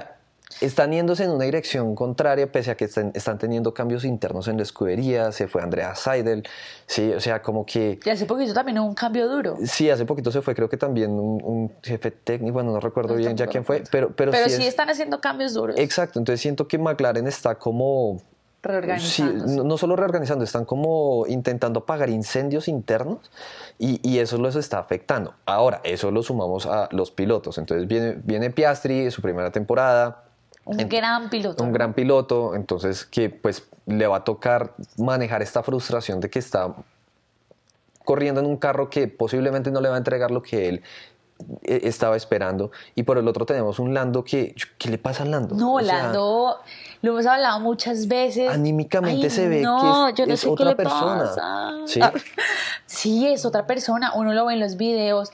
yéndose en una dirección contraria, pese a que están teniendo cambios internos en la escudería. Se fue Andrea Seidel, sí, o sea, como que... Y hace poquito también hubo un cambio duro. Sí, hace poquito se fue, creo que también un jefe técnico, bueno, no recuerdo No, bien ya tampoco quién fue, recuerdo. pero sí están haciendo cambios duros. Exacto, entonces siento que McLaren está como... Sí, Reorganizándose. no solo reorganizando, están como intentando apagar incendios internos y eso los está afectando. Ahora, eso lo sumamos a los pilotos. Entonces viene Piastri, su primera temporada. Un gran piloto. Un gran piloto, entonces que pues le va a tocar manejar esta frustración de que está corriendo en un carro que posiblemente no le va a entregar lo que él estaba esperando. Y por el otro tenemos un Lando que... ¿Qué le pasa a Lando? No, O sea, Lando, lo hemos hablado muchas veces. anímicamente se ve no, que yo no es sé qué otra le persona. pasa. ¿Sí? Sí, es otra persona. Uno lo ve en los videos.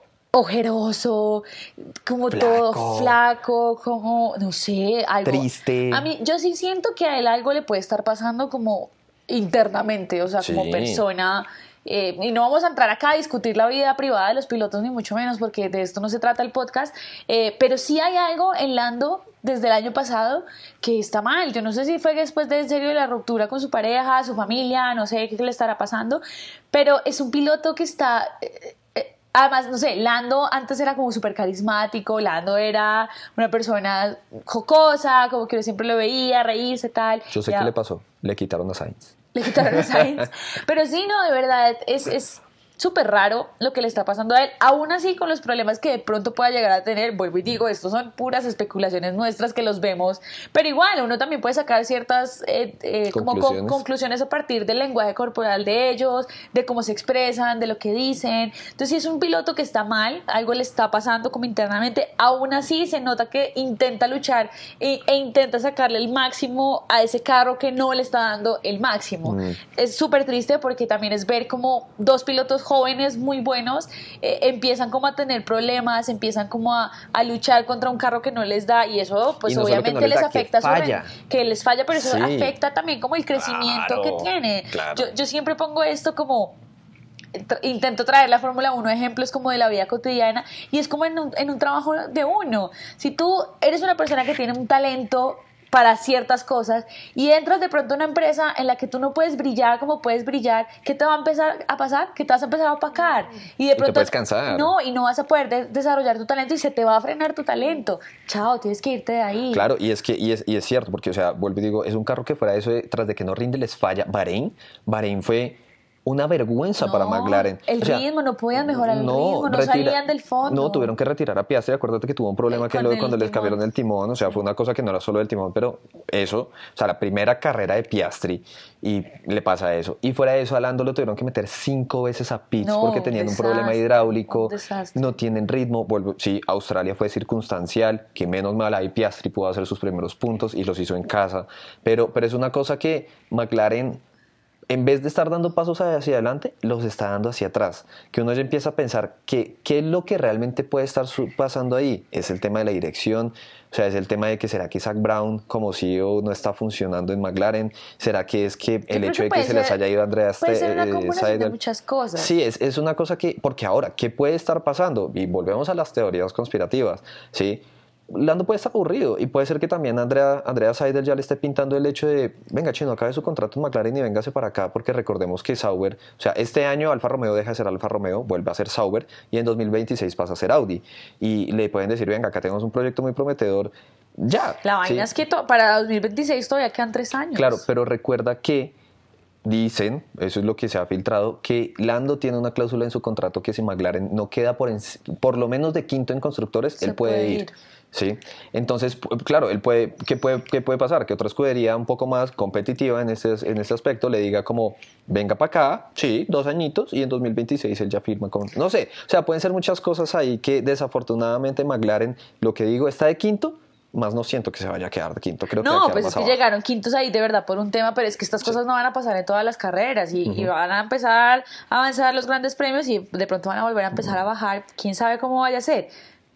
Ojeroso, como todo Flaco. flaco, como, no sé, algo. Triste. A mí, yo sí siento que a él algo le puede estar pasando como internamente, o sea, como Sí. persona. y no vamos a entrar acá a discutir la vida privada de los pilotos, ni mucho menos, porque de esto no se trata el podcast, pero sí hay algo en Lando desde el año pasado que está mal. Yo no sé si fue después de en serio de la ruptura con su pareja, su familia, no sé qué le estará pasando, pero es un piloto que está... Además, no sé, Lando antes era como súper carismático, Lando era una persona jocosa, como que yo siempre lo veía, reírse, tal. Yo sé Ya, qué le pasó. Le quitaron a Sainz. le quitaron los Sainz. Pero sí, no, de verdad, es súper raro lo que le está pasando a él. Aún así, con los problemas que de pronto pueda llegar a tener, vuelvo y digo, estos son puras especulaciones nuestras que los vemos, pero igual, uno también puede sacar ciertas conclusiones a partir del lenguaje corporal de ellos, de cómo se expresan, de lo que dicen. Entonces, si es un piloto que está mal, algo le está pasando como internamente, aún así se nota que intenta luchar e intenta sacarle el máximo a ese carro que no le está dando el máximo. Es súper triste porque también es ver como dos pilotos jóvenes muy buenos empiezan como a tener problemas, empiezan como a luchar contra un carro que no les da, y eso pues Y no solo que obviamente no les les da, afecta que les falla, pero eso Sí. afecta también como el crecimiento que tiene. Claro. Yo siempre pongo esto como intento traer la Fórmula 1 ejemplos como de la vida cotidiana, y es como en un trabajo de uno. Si tú eres una persona que tiene un talento para ciertas cosas y entras de pronto a una empresa en la que tú no puedes brillar como puedes brillar, ¿qué te va a empezar a pasar? Que te vas a empezar a opacar y de te pronto puedes cansar. no, y no vas a poder desarrollar tu talento y se te va a frenar tu talento. Chao, tienes que irte de ahí. Claro, y es cierto, porque, o sea, vuelvo y digo, es un carro que fuera de eso, tras de que no rinde, les falla. Bahrein fue una vergüenza para McLaren. El O sea, ritmo, no podían mejorar el ritmo, no salían del fondo. No, tuvieron que retirar a Piastri. Acuérdate que tuvo un problema Con el cuando les timón. cambiaron el timón. O sea, fue una cosa que no era solo del timón, pero eso, o sea, la primera carrera de Piastri y le pasa eso. Y fuera de eso, a Lando lo tuvieron que meter 5 veces a pits No, porque tenían un problema desastre, hidráulico. un desastre. No tienen ritmo. Sí, Australia fue circunstancial, que menos mal ahí Piastri pudo hacer sus primeros puntos y los hizo en casa. Pero es una cosa que McLaren, en vez de estar dando pasos hacia adelante, los está dando hacia atrás. Que uno ya empieza a pensar qué es lo que realmente puede estar pasando ahí. Es el tema de la dirección, o sea, es el tema de que será que Zach Brown como CEO no está funcionando en McLaren, será que es que el creo hecho que de que se les haya ido Andreas puede ser una combinación de Seidel. muchas cosas. Sí, es una cosa que, porque ahora, ¿qué puede estar pasando? Y volvemos a las teorías conspirativas, ¿sí? Lando puede estar aburrido y puede ser que también Andrea Seidel ya le esté pintando el hecho de, venga chino, acabe su contrato en McLaren y véngase para acá, porque recordemos que Sauber, o sea, este año Alfa Romeo deja de ser Alfa Romeo, vuelve a ser Sauber y en 2026 pasa a ser Audi, y le pueden decir, venga, acá tenemos un proyecto muy prometedor, ya. La vaina ¿sí? es que para 2026 todavía quedan 3 años. Claro, pero recuerda que dicen, eso es lo que se ha filtrado, que Lando tiene una cláusula en su contrato que si McLaren no queda por lo menos de quinto en constructores, Se él puede puede ir. ir. ¿Sí? Entonces, claro, ¿qué puede pasar? Que otra escudería un poco más competitiva en este aspecto le diga como, venga para acá, sí, 2 añitos, y en 2026 él ya firma con... No sé, o sea, pueden ser muchas cosas ahí que desafortunadamente McLaren, lo que digo, está de quinto, más no siento que se vaya a quedar de quinto. Creo que va a No, quedar pues más es que abajo. llegaron quintos ahí de verdad por un tema, pero es que estas cosas no van a pasar en todas las carreras y van a empezar a avanzar los grandes premios y de pronto van a volver a empezar a bajar. Quién sabe cómo vaya a ser.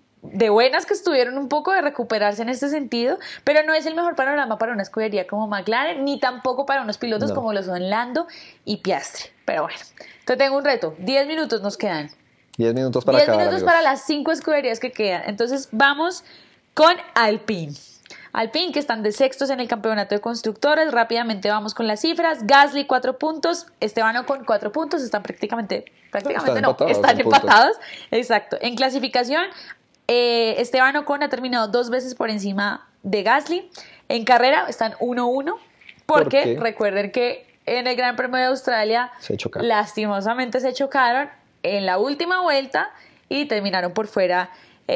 De buenas que estuvieron un poco de recuperarse en este sentido, pero no es el mejor panorama para una escudería como McLaren, ni tampoco para unos pilotos No. como lo son Lando y Piastri. Pero bueno, entonces tengo un reto. 10 minutos nos quedan. 10 minutos para 10 acabar, minutos amigos. para las 5 escuderías que quedan. Entonces vamos con Alpine. Alpine, que están de sextos en el campeonato de constructores. Rápidamente vamos con las cifras. Gasly 4 puntos, Esteban con 4 puntos. Están prácticamente no, empatados están en puntos. empatados. Exacto. En clasificación, Esteban Ocon ha terminado 2 veces por encima de Gasly. En carrera están 1-1, porque ¿Por qué? recuerden que en el Gran Premio de Australia Se chocaron. lastimosamente se chocaron en la última vuelta y terminaron por fuera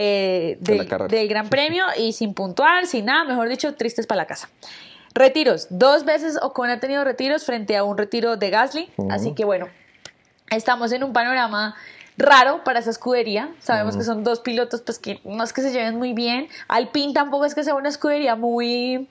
la carrera. del Gran Premio y sin puntuar, sin nada, mejor dicho, tristes para la casa. Retiros, 2 veces Ocon ha tenido retiros frente a un retiro de Gasly, así que bueno, estamos en un panorama raro para esa escudería. Sabemos que son 2 pilotos pues que no es que se lleven muy bien. Alpine tampoco es que sea una escudería muy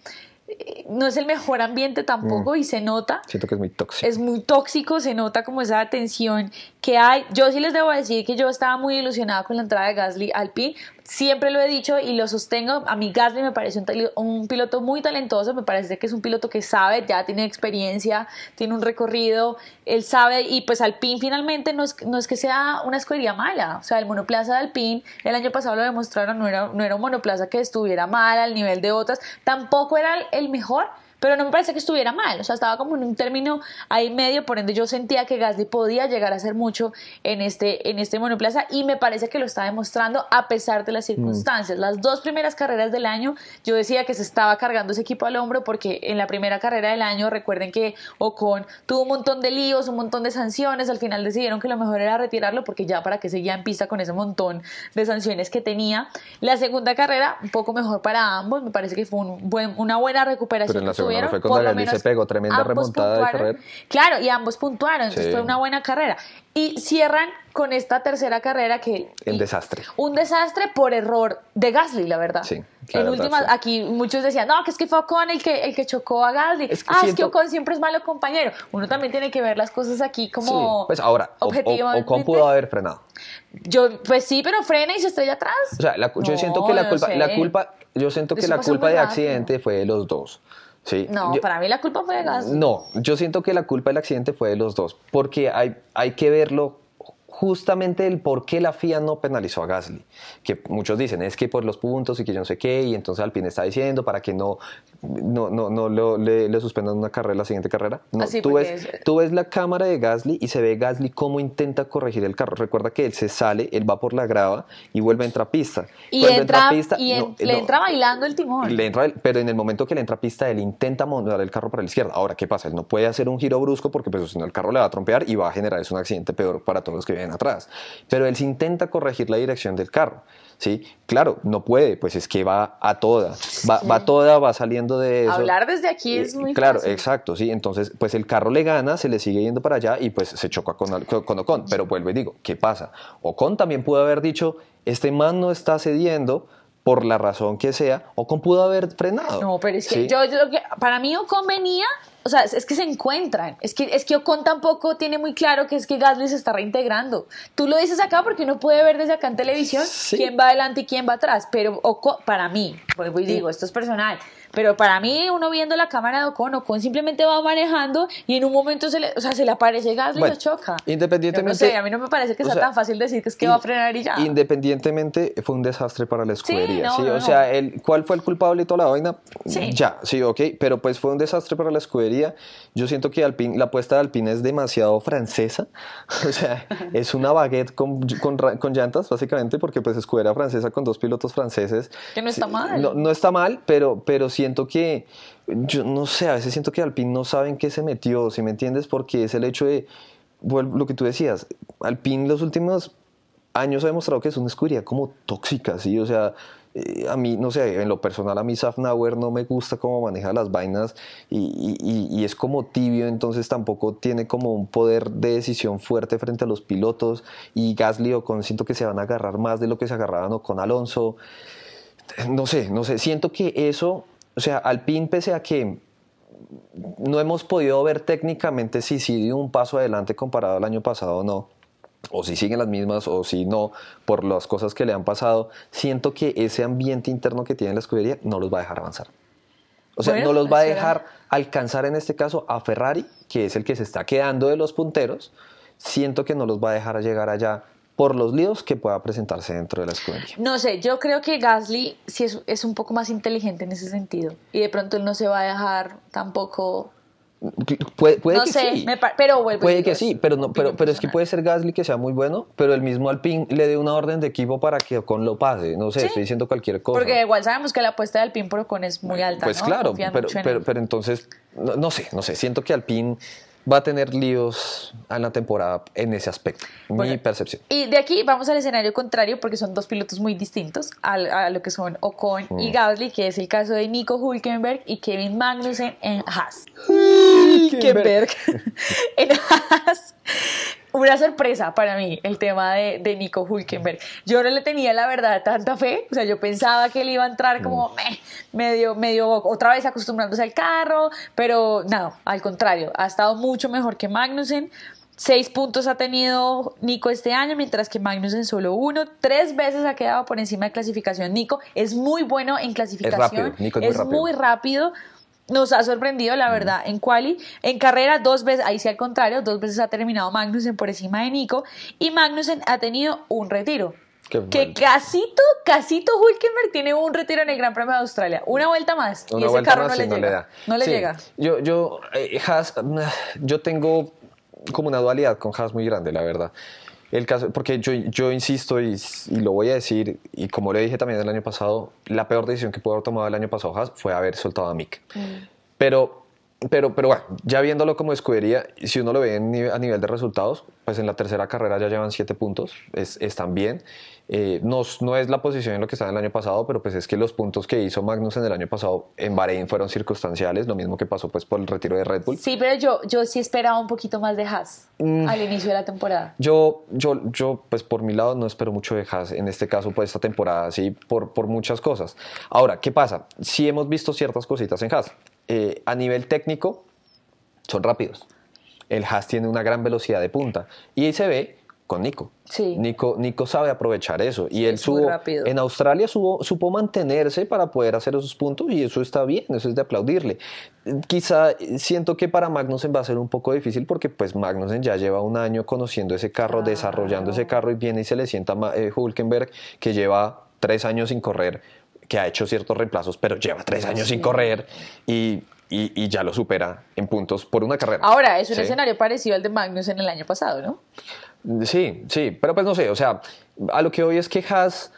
no es el mejor ambiente tampoco y se nota. Siento que es muy tóxico. Es muy tóxico, se nota como esa tensión que hay. Yo sí les debo decir que yo estaba muy ilusionada con la entrada de Gasly al Alpine. Siempre lo he dicho y lo sostengo. A mí Gasly me parece un piloto muy talentoso. Me parece que es un piloto que sabe, ya tiene experiencia, tiene un recorrido, él sabe. Y pues Alpine finalmente no es que sea una escudería mala. O sea, el monoplaza de Alpine el año pasado lo demostraron, no era un monoplaza que estuviera mal al nivel de otras. Tampoco era el mejor, pero no me parece que estuviera mal, o sea, estaba como en un término ahí medio, por ende yo sentía que Gasly podía llegar a hacer mucho en este monoplaza y me parece que lo está demostrando a pesar de las circunstancias. Las 2 primeras carreras del año yo decía que se estaba cargando ese equipo al hombro porque en la primera carrera del año recuerden que Ocon tuvo un montón de líos, un montón de sanciones, al final decidieron que lo mejor era retirarlo porque ya para qué seguía en pista con ese montón de sanciones que tenía. La segunda carrera un poco mejor para ambos, me parece que fue una buena recuperación. Pero en la que segunda tuvieron, fue cuando por lo Gasly se menos pegó tremenda remontada de carrera. Claro, y ambos puntuaron, entonces Sí. fue una buena carrera. Y cierran con esta tercera carrera que... El desastre. Un desastre por error de Gasly, la verdad. Sí, En verdad, últimas, sí. aquí muchos decían, no, que es que fue Ocon el que chocó a Gasly. Es que Es que siento- Ocon siempre es malo compañero. Uno también tiene que ver las cosas aquí como... Sí, pues ahora, objetivamente. Ocon pudo haber frenado. Pues sí, pero frena y se estrella atrás. O sea, yo No, siento que no sé. yo siento que Eso la pasó culpa muy de rápido. accidente fue de los dos. Sí. No, para mí la culpa fue de Gasly. No, yo siento que la culpa del accidente fue de los dos, porque hay que verlo justamente el por qué la FIA no penalizó a Gasly, que muchos dicen es que por los puntos y que yo no sé qué, y entonces Alpine está diciendo para que no le suspendan una carrera, la siguiente carrera. No, Así, tú porque ves la cámara de Gasly y se ve Gasly cómo intenta corregir el carro. Recuerda que él se sale, él va por la grava y vuelve a entrar a pista. Y Cuando entra, a pista, le entra bailando el timón. pero en el momento que le entra a pista, él intenta montar el carro para la izquierda. Ahora, ¿qué pasa? Él no puede hacer un giro brusco porque pues, si no el carro le va a trompear y va a generar un accidente peor para todos los que vienen atrás. Pero él se intenta corregir la dirección del carro. ¿Sí? Claro, no puede, pues es que va a toda, va saliendo de eso. Hablar desde aquí es muy Claro, fácil. exacto, sí. Entonces, pues el carro le gana, se le sigue yendo para allá y pues se choca con Ocon. Pero vuelvo y digo, ¿qué pasa? Ocon también pudo haber dicho, este man no está cediendo por la razón que sea. Ocon pudo haber frenado. No, pero es que ¿sí? yo para mí Ocon venía, o sea, es que se encuentran. Es que Ocon tampoco tiene muy claro que es que Gasly se está reintegrando. Tú lo dices acá porque uno puede ver desde acá en televisión Sí. quién va adelante y quién va atrás. Pero Ocon, para mí, vuelvo y digo, esto es personal. Pero para mí, uno viendo la cámara de Ocon simplemente va manejando y en un momento se le aparece Gasly y Bueno, lo choca. independientemente- Yo no sé, a mí no me parece que o sea sea, tan fácil decir que es que va a frenar y ya. Independientemente, fue un desastre para la escudería. no, ¿sí? no, O sea, ¿cuál fue el culpable y toda la vaina? Sí. Ya, sí, ok. Pero pues fue un desastre para la escudería. Yo siento que la apuesta de Alpine es demasiado francesa. O sea, es una baguette con llantas, básicamente, porque pues escudería francesa con 2 pilotos franceses. Que no está mal. No está mal, pero siento que, yo no sé, a veces siento que Alpine no saben qué se metió, ¿sí me entiendes? Porque es el hecho de, bueno, lo que tú decías, Alpine los últimos años ha demostrado que es una escudería como tóxica, ¿sí? O sea, a mí, no sé, en lo personal a mí Safnauer no me gusta cómo maneja las vainas y es como tibio, entonces tampoco tiene como un poder de decisión fuerte frente a los pilotos, y Gasly o Ocon siento que se van a agarrar más de lo que se agarraban con Alonso. No sé, siento que eso, o sea, Alpine, pese a que no hemos podido ver técnicamente si dio un paso adelante comparado al año pasado o no, o si siguen las mismas o si no, por las cosas que le han pasado, siento que ese ambiente interno que tiene la escudería no los va a dejar avanzar. O sea, Bueno, no los va a será. dejar alcanzar en este caso a Ferrari, que es el que se está quedando de los punteros. Siento que no los va a dejar llegar allá por los líos que pueda presentarse dentro de la escudería. No sé, yo creo que Gasly sí es un poco más inteligente en ese sentido. Y de pronto él no se va a dejar tampoco... Puede no que sé, sí. pero vuelvo y Puede digo, que sí, pero, no, opinión pero es que personal. puede ser Gasly que sea muy bueno, pero el mismo Alpine le dé una orden de equipo para que Ocon lo pase. No sé, Sí. estoy diciendo cualquier cosa. Porque igual sabemos que la apuesta de Alpine por Ocon es muy alta, Pues ¿no? claro, Confían pero, mucho en pero, él. pero entonces, no sé, siento que Alpine va a tener líos en la temporada en ese aspecto, mi Bueno, percepción. Y de aquí vamos al escenario contrario porque son dos pilotos muy distintos a lo que son Ocon y Gasly, que es el caso de Nico Hülkenberg y Kevin Magnussen en Haas. Hülkenberg en Haas. una sorpresa para mí el tema de Nico Hülkenberg. Yo no le tenía, la verdad, tanta fe. O sea, yo pensaba que él iba a entrar como medio otra vez acostumbrándose al carro, pero no, al contrario, ha estado mucho mejor que Magnussen. 6 puntos ha tenido Nico este año, mientras que Magnussen solo 1. 3 veces ha quedado por encima de clasificación. Nico es muy bueno en clasificación. Es rápido, Nico es muy rápido. Nos ha sorprendido, la verdad, en quali. En carrera, 2 veces, ahí sí al contrario, 2 veces ha terminado Magnussen por encima de Nico. Y Magnussen ha tenido un retiro. Que casito Hülkenberg tiene un retiro en el Gran Premio de Australia. Una vuelta más. Y ese carro no le llega. No le llega. Yo tengo como una dualidad con Haas muy grande, la verdad. El caso, porque yo insisto y lo voy a decir, y como le dije también el año pasado, la peor decisión que pudo haber tomado el año pasado Haas fue haber soltado a Mick. Pero bueno, ya viéndolo como escudería, si uno lo ve a nivel de resultados, pues en la tercera carrera ya llevan 7 puntos, están bien. No es la posición en lo que están el año pasado, pero pues es que los puntos que hizo Magnussen el año pasado en Bahrein fueron circunstanciales, lo mismo que pasó pues por el retiro de Red Bull. Sí, pero yo sí esperaba un poquito más de Haas al inicio de la temporada. Yo pues por mi lado no espero mucho de Haas en este caso pues esta temporada, sí, por muchas cosas. Ahora, ¿qué pasa? Sí hemos visto ciertas cositas en Haas. A nivel técnico son rápidos. El Haas tiene una gran velocidad de punta y ahí se ve con Nico. Sí. Nico sabe aprovechar eso y Sí, él es muy rápido. en Australia supo mantenerse para poder hacer esos puntos y eso está bien, eso es de aplaudirle. Quizá siento que para Magnussen va a ser un poco difícil porque pues Magnussen ya lleva un año conociendo ese carro, desarrollando ese carro y viene y se le sienta a Hülkenberg que lleva 3 años sin correr, que ha hecho ciertos reemplazos, pero lleva 3 años sin correr y ya lo supera en puntos por una carrera. Ahora, es un ¿sí? escenario parecido al de Magnussen el año pasado, ¿no? Sí, pero pues no sé, o sea, a lo que voy es que Haas,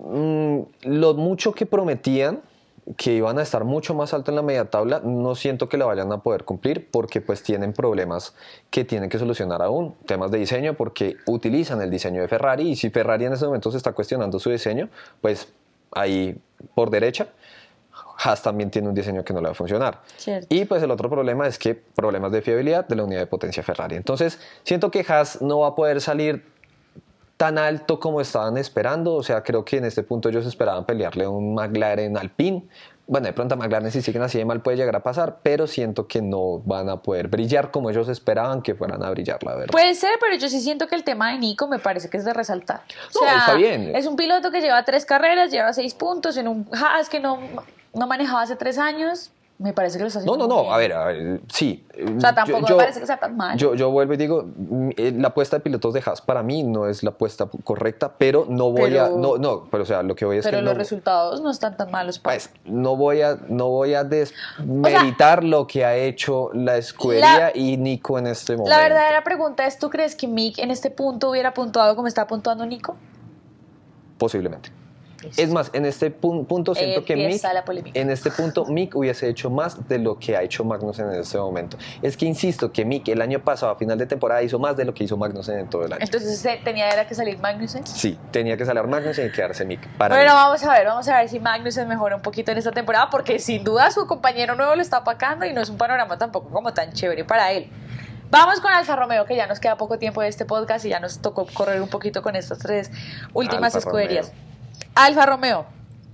lo mucho que prometían, que iban a estar mucho más alto en la media tabla, no siento que lo vayan a poder cumplir porque pues tienen problemas que tienen que solucionar aún, temas de diseño porque utilizan el diseño de Ferrari y si Ferrari en ese momento se está cuestionando su diseño, pues ahí por derecha Haas también tiene un diseño que no le va a funcionar. Cierto. Y pues el otro problema es que problemas de fiabilidad de la unidad de potencia Ferrari. Entonces siento que Haas no va a poder salir tan alto como estaban esperando. O sea, creo que en este punto ellos esperaban pelearle a un McLaren Alpine. Bueno, de pronto a McLaren si siguen así de mal puede llegar a pasar, pero siento que no van a poder brillar como ellos esperaban que fueran a brillar, la verdad. Puede ser, pero yo sí siento que el tema de Nico me parece que es de resaltar. O No, sea, está bien. Es un piloto que lleva 3 carreras, lleva 6 puntos en un Haas que no manejaba hace 3 años. Me parece que lo está haciendo muy No, bien. a ver, sí. O sea, tampoco me parece que sea tan mal. Yo vuelvo y digo, la apuesta de pilotos de Haas para mí no es la apuesta correcta, pero no voy a... pero o sea, lo que voy es Pero que los no, resultados no están tan malos. pues, no voy a desmeritar lo que ha hecho la escudería y Nico en este momento. La verdadera pregunta es, ¿tú crees que Mick en este punto hubiera puntuado como está puntuando Nico? Posiblemente. Es más, en este punto siento que Empieza la polémica. en este punto Mick hubiese hecho más de lo que ha hecho Magnussen en este momento. Es que insisto que Mick el año pasado a final de temporada hizo más de lo que hizo Magnussen en todo el año. Entonces tenía que salir Magnussen. Sí, tenía que salir Magnussen y quedarse Mick. Para Bueno, mí. vamos a ver si Magnussen mejora un poquito en esta temporada, porque sin duda su compañero nuevo lo está opacando y no es un panorama tampoco como tan chévere para él. Vamos con Alfa Romeo, que ya nos queda poco tiempo de este podcast y ya nos tocó correr un poquito con estas 3 últimas Alfa escuderías. Romeo. Alfa Romeo.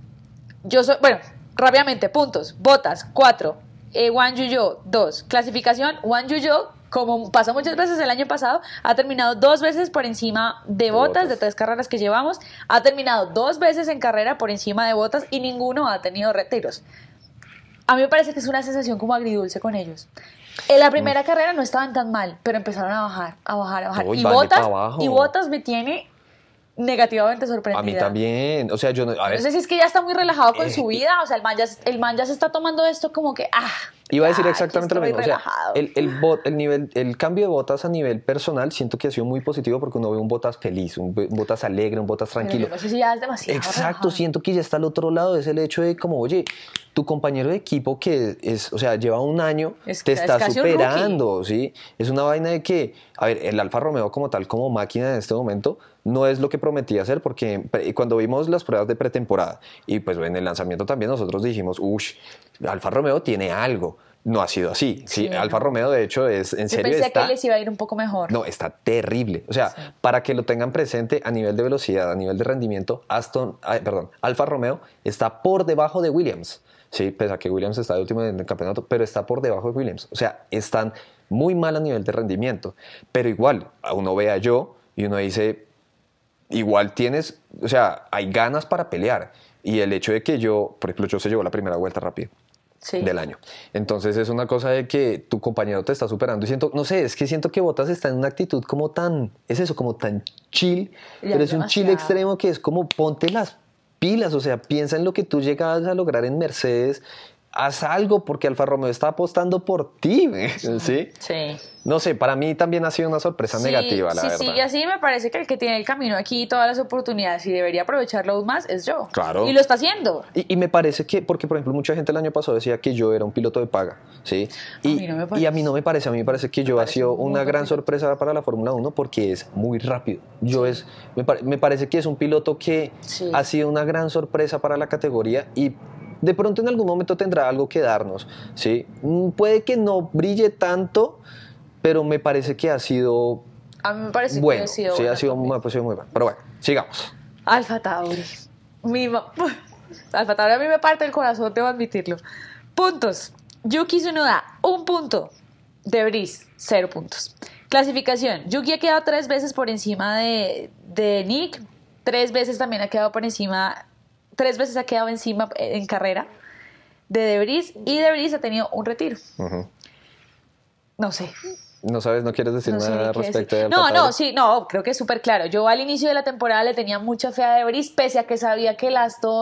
Bueno, rápidamente, puntos. Bottas, 4. Wang Yuyo, 2. Clasificación, Wang Yuyo, como pasó muchas veces el año pasado, ha terminado 2 veces por encima de Bottas, de 3 carreras que llevamos. Ha terminado 2 veces en carrera por encima de Bottas y ninguno ha tenido retiros. A mí me parece que es una sensación como agridulce con ellos. En la primera carrera no estaban tan mal, pero empezaron a bajar. Uy, Y van de pa' abajo. Bottas me tiene negativamente sorprendida. A mí también. O sea, yo no. A ver, No sé si es que ya está muy relajado con su vida. O sea, el man ya se está tomando esto como que. iba a decir ya, exactamente lo aquí mismo. estoy O sea, relajado. el cambio de Bottas a nivel personal siento que ha sido muy positivo porque uno ve un Bottas feliz, un Bottas alegre, un Bottas Pero tranquilo. yo no sé si ya es demasiado. Exacto, relajado. siento que ya está al otro lado, es el hecho de como, oye, tu compañero de equipo que es, o sea, lleva un año, te está casi un superando, ¿sí? Es una vaina de que, a ver, el Alfa Romeo como tal, como máquina en este momento, no es lo que prometía ser, porque cuando vimos las pruebas de pretemporada y pues en el lanzamiento también nosotros dijimos, Alfa Romeo tiene algo, no ha sido así. Sí, Sí, Alfa no. Romeo, de hecho, es en Yo serio pensé está... que les iba a ir un poco mejor. No, está terrible. O sea, Sí. para que lo tengan presente a nivel de velocidad, a nivel de rendimiento, Alfa Romeo está por debajo de Williams. Sí, pese a que Williams está de último en el campeonato, pero está por debajo de Williams. O sea, están muy mal a nivel de rendimiento. Pero igual, uno ve a Joe y uno dice, igual tienes, o sea, hay ganas para pelear. Y el hecho de que por ejemplo, Joe se llevó la primera vuelta rápido Sí. del año. Entonces es una cosa de que tu compañero te está superando y siento, no sé, es que siento que Bottas está en una actitud como tan, es eso, como tan chill, Ya, pero es un chill demasiado. extremo que es como ponte las pilas, o sea, piensa en lo que tú llegabas a lograr en Mercedes, haz algo porque Alfa Romeo está apostando por ti, ¿sí? Sí. No sé, para mí también ha sido una sorpresa negativa, la si verdad. sigue así, me parece que el que tiene el camino aquí y todas las oportunidades y debería aprovecharlo aún más es yo. Claro. Y lo está haciendo. Y me parece que, porque por ejemplo mucha gente el año pasado decía que yo era un piloto de paga, ¿sí? Y mí no me parece. y a mí no me parece, a mí me parece que yo ha parece sido un muy una buen gran piloto. sorpresa para la Fórmula 1 porque es muy rápido. Me parece que es un piloto que Sí. ha sido una gran sorpresa para la categoría y de pronto en algún momento tendrá algo que darnos, ¿sí? Puede que no brille tanto, pero me parece que ha sido A mí me parece bueno, que ha sido sí, buena ha sido también. muy bueno. Pero bueno, sigamos. Alfa Tauri. Alfa Tauri a mí me parte el corazón, debo admitirlo. Puntos. Yuki Tsunoda, 1 punto. De Vries, 0 puntos. Clasificación. Yuki ha quedado 3 veces por encima de Nick. 3 veces también ha quedado por encima. 3 veces ha quedado encima en carrera de Vries. Y De Vries ha tenido un retiro. Ujú. No sé. ¿No sabes, no quieres decir No sé nada ni qué respecto decir. de No, Alfa no, Tauri? sí, no, creo que es súper claro. Yo al inicio de la temporada le tenía mucha fe a De Vries, pese a que sabía que el